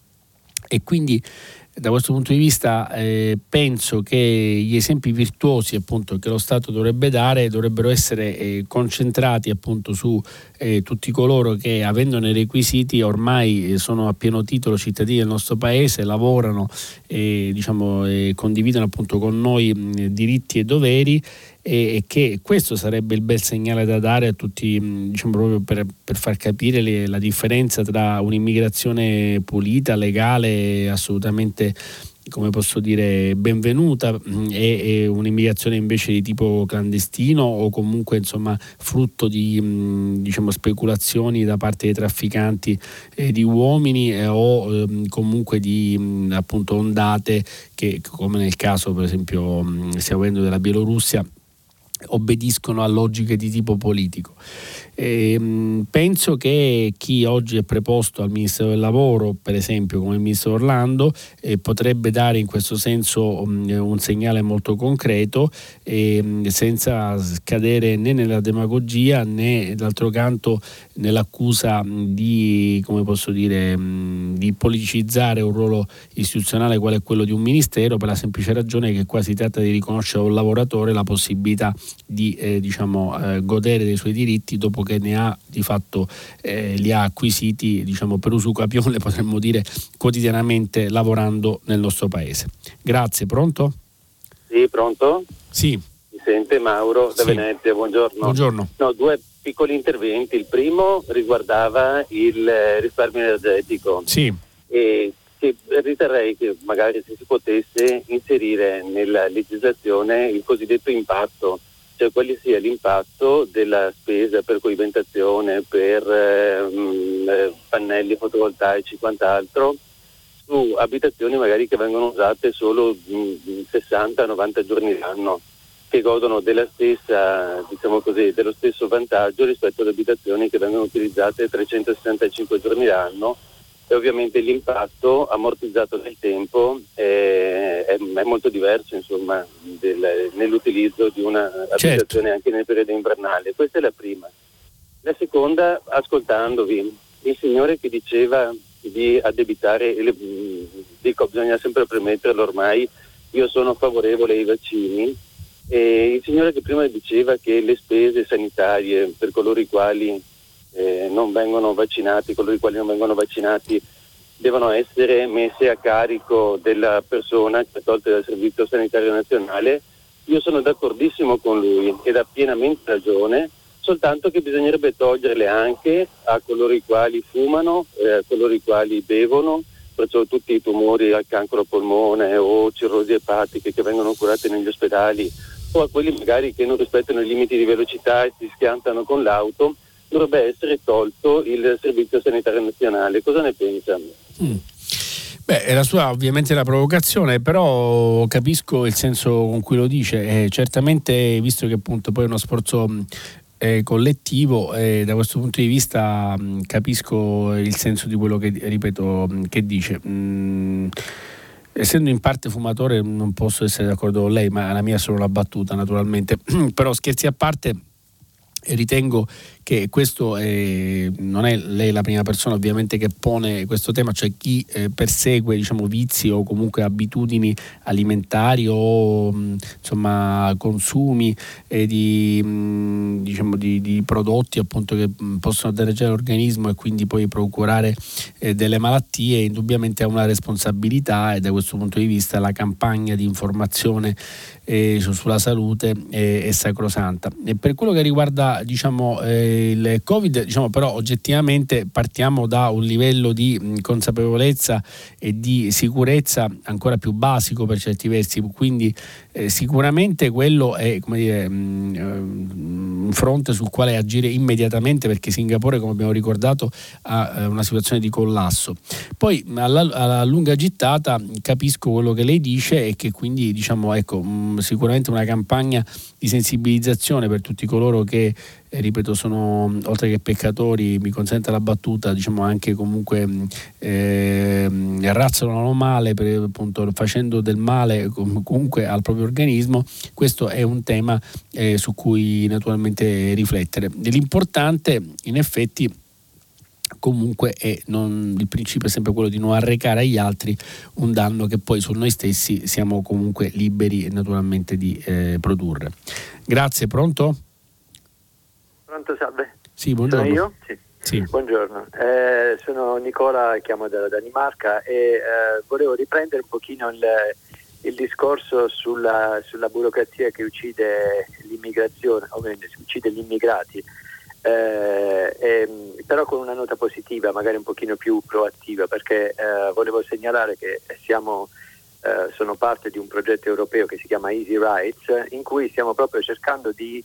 e quindi da questo punto di vista penso che gli esempi virtuosi appunto che lo Stato dovrebbe dare dovrebbero essere concentrati appunto su tutti coloro che, avendone i requisiti, ormai sono a pieno titolo cittadini del nostro paese, lavorano e condividono appunto con noi diritti e doveri, e che questo sarebbe il bel segnale da dare a tutti, proprio per far capire la differenza tra un'immigrazione pulita, legale, assolutamente, come posso dire, benvenuta, e un'immigrazione invece di tipo clandestino o comunque frutto di speculazioni da parte dei trafficanti di uomini o comunque di appunto ondate che, come nel caso per esempio stiamo vedendo della Bielorussia, obbediscono a logiche di tipo politico. Penso che chi oggi è preposto al Ministero del Lavoro, per esempio come il Ministro Orlando, potrebbe dare in questo senso un segnale molto concreto, senza scadere né nella demagogia né d'altro canto nell'accusa di, come posso dire, di politicizzare un ruolo istituzionale quale è quello di un ministero, per la semplice ragione che qua si tratta di riconoscere a un lavoratore la possibilità di godere dei suoi diritti dopo che ne ha di fatto li ha acquisiti per usucapione, potremmo dire, quotidianamente lavorando nel nostro paese. Grazie. Pronto? Sì, pronto? Sì. Mi sente? Mauro da Venezia, buongiorno. Buongiorno. No, due piccoli interventi. Il primo riguardava il risparmio energetico. Sì. E che riterrei che magari se si potesse inserire nella legislazione il cosiddetto impatto, cioè quale sia l'impatto della spesa per coibentazione, per pannelli fotovoltaici e quant'altro su abitazioni magari che vengono usate solo 60-90 giorni l'anno, che godono della stessa, dello stesso vantaggio rispetto ad abitazioni che vengono utilizzate 365 giorni l'anno e ovviamente l'impatto ammortizzato nel tempo è molto diverso, insomma, nell'utilizzo di una applicazione anche nel periodo invernale. Questa è la prima. La seconda, ascoltandovi, il signore che diceva di addebitare, dico, bisogna sempre premetterlo ormai, io sono favorevole ai vaccini, e il signore che prima diceva che le spese sanitarie per coloro i quali non vengono vaccinati, devono essere messe a carico della persona che è tolta dal Servizio Sanitario Nazionale, io sono d'accordissimo con lui ed ha pienamente ragione, soltanto che bisognerebbe toglierle anche a coloro i quali fumano, a coloro i quali bevono, perciò tutti i tumori al cancro al polmone o cirrosi epatiche che vengono curate negli ospedali, o a quelli magari che non rispettano i limiti di velocità e si schiantano con l'auto, dovrebbe essere tolto il Servizio Sanitario Nazionale. Cosa ne pensa? Beh, è la sua ovviamente la provocazione, però capisco il senso con cui lo dice. Certamente, visto che appunto poi è uno sforzo collettivo, da questo punto di vista capisco il senso di quello che, ripeto, che dice. Essendo in parte fumatore non posso essere d'accordo con lei, ma la mia è solo una battuta, naturalmente. Però scherzi a parte, ritengo che questo non è lei la prima persona ovviamente che pone questo tema, cioè chi persegue, diciamo, vizi o comunque abitudini alimentari o insomma consumi di prodotti appunto che possono danneggiare l'organismo e quindi poi procurare delle malattie, indubbiamente ha una responsabilità, e da questo punto di vista la campagna di informazione sulla salute è sacrosanta. E per quello che riguarda, diciamo, il Covid, diciamo, però oggettivamente partiamo da un livello di consapevolezza e di sicurezza ancora più basico per certi versi, quindi sicuramente quello è, come dire, un fronte sul quale agire immediatamente, perché Singapore, come abbiamo ricordato, ha una situazione di collasso. Poi alla lunga gittata capisco quello che lei dice, e che quindi, diciamo, ecco, sicuramente una campagna di sensibilizzazione per tutti coloro che, ripeto, sono, oltre che peccatori, mi consente la battuta, diciamo anche comunque razzolano male, appunto facendo del male comunque al proprio organismo. Questo è un tema su cui naturalmente riflettere. L'importante in effetti comunque il principio è sempre quello di non arrecare agli altri un danno che poi su noi stessi siamo comunque liberi naturalmente di produrre. Grazie. Pronto, salve. Sì, buongiorno. Sono io? Sì. Buongiorno, sono Nicola, chiamo dalla Danimarca e volevo riprendere un pochino il discorso sulla burocrazia che uccide l'immigrazione, o meglio, uccide gli immigrati. Però con una nota positiva, magari un pochino più proattiva, perché volevo segnalare che sono parte di un progetto europeo che si chiama Easy Rights, in cui stiamo proprio cercando di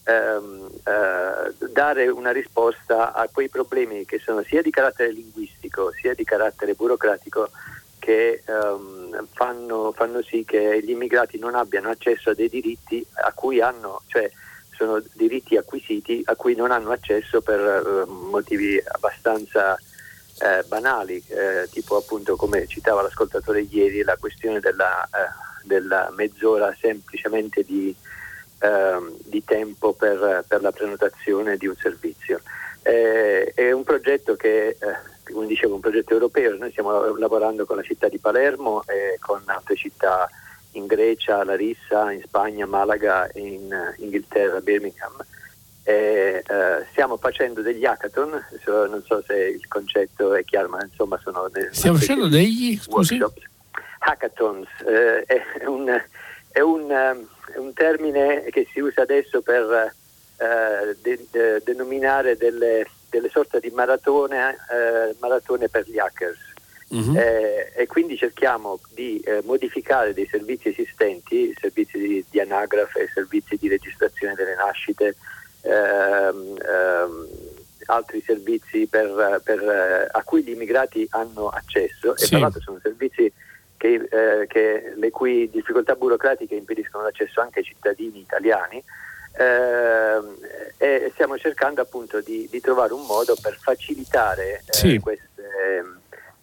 dare una risposta a quei problemi che sono sia di carattere linguistico sia di carattere burocratico, che fanno sì che gli immigrati non abbiano accesso a dei diritti a cui hanno, cioè sono diritti acquisiti a cui non hanno accesso per motivi abbastanza banali, tipo appunto, come citava l'ascoltatore ieri, la questione della mezz'ora semplicemente di tempo per la prenotazione di un servizio. È un progetto che, come dicevo, un progetto europeo. Noi stiamo lavorando con la città di Palermo e con altre città in Grecia, Larissa, in Spagna, Malaga, in Inghilterra, Birmingham. Stiamo facendo degli hackathon, non so se il concetto è chiaro, ma insomma stiamo facendo degli workshops. Hackathons è un termine che si usa adesso per denominare delle sorte di maratone per gli hackers. Uh-huh. E quindi cerchiamo di modificare dei servizi esistenti, servizi di anagrafe, servizi di registrazione delle nascite, altri servizi a cui gli immigrati hanno accesso, e tra l'altro sono servizi le cui difficoltà burocratiche impediscono l'accesso anche ai cittadini italiani, e stiamo cercando appunto di trovare un modo per facilitare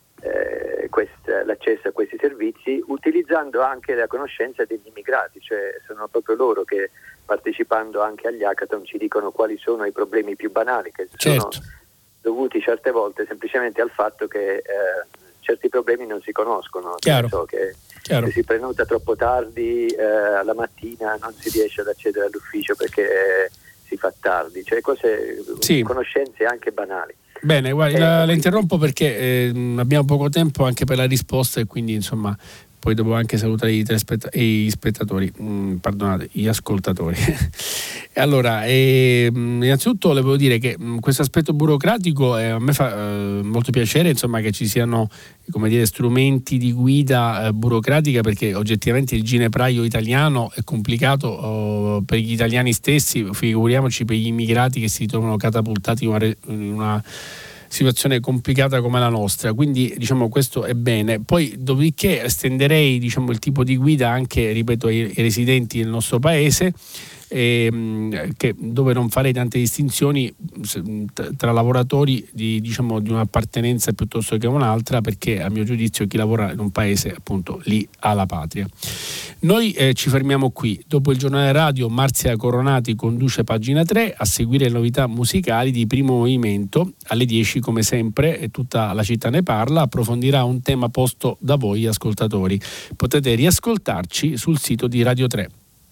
l'accesso a questi servizi, utilizzando anche la conoscenza degli immigrati, cioè sono proprio loro che, partecipando anche agli hackathon, ci dicono quali sono i problemi più banali, che sono dovuti certe volte semplicemente al fatto che certi problemi non si conoscono. Chiaro. Che se si prenota troppo tardi la mattina non si riesce ad accedere all'ufficio perché si fa tardi, cioè conoscenze anche banali. Bene, guardi, la interrompo perché abbiamo poco tempo anche per la risposta, e quindi insomma poi dopo anche salutare gli spettatori, perdonate, gli ascoltatori. Allora, innanzitutto le volevo dire che questo aspetto burocratico a me fa molto piacere, insomma, che ci siano, come dire, strumenti di guida burocratica, perché oggettivamente il ginepraio italiano è complicato per gli italiani stessi, figuriamoci per gli immigrati che si trovano catapultati in una situazione complicata come la nostra, quindi diciamo questo è bene. Poi dopodiché estenderei, diciamo, il tipo di guida anche, ripeto, ai residenti del nostro paese, dove non farei tante distinzioni tra lavoratori di un'appartenenza piuttosto che un'altra, perché a mio giudizio chi lavora in un paese appunto lì ha la patria. Noi ci fermiamo qui. Dopo il giornale radio Marzia Coronati conduce Pagina 3, a seguire le novità musicali di Primo Movimento. Alle 10 come sempre, e Tutta la città ne parla, approfondirà un tema posto da voi ascoltatori. Potete riascoltarci sul sito di Radio 3.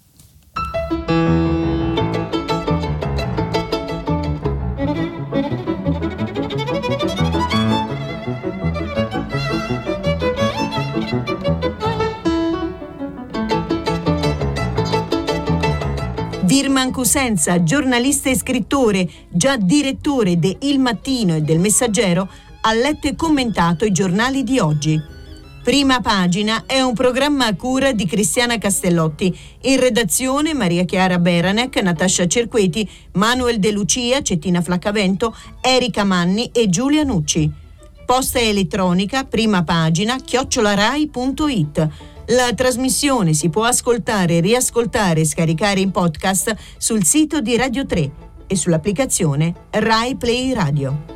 Virman Cosenza, giornalista e scrittore, già direttore de Il Mattino e del Messaggero, ha letto e commentato i giornali di oggi. Prima Pagina è un programma a cura di Cristiana Castellotti. In redazione Maria Chiara Beranec, Natascia Cerqueti, Manuel De Lucia, Cettina Flaccavento, Erika Manni e Giulia Nucci. Posta elettronica primapagina@rai.it. La trasmissione si può ascoltare, riascoltare e scaricare in podcast sul sito di Radio 3 e sull'applicazione Rai Play Radio.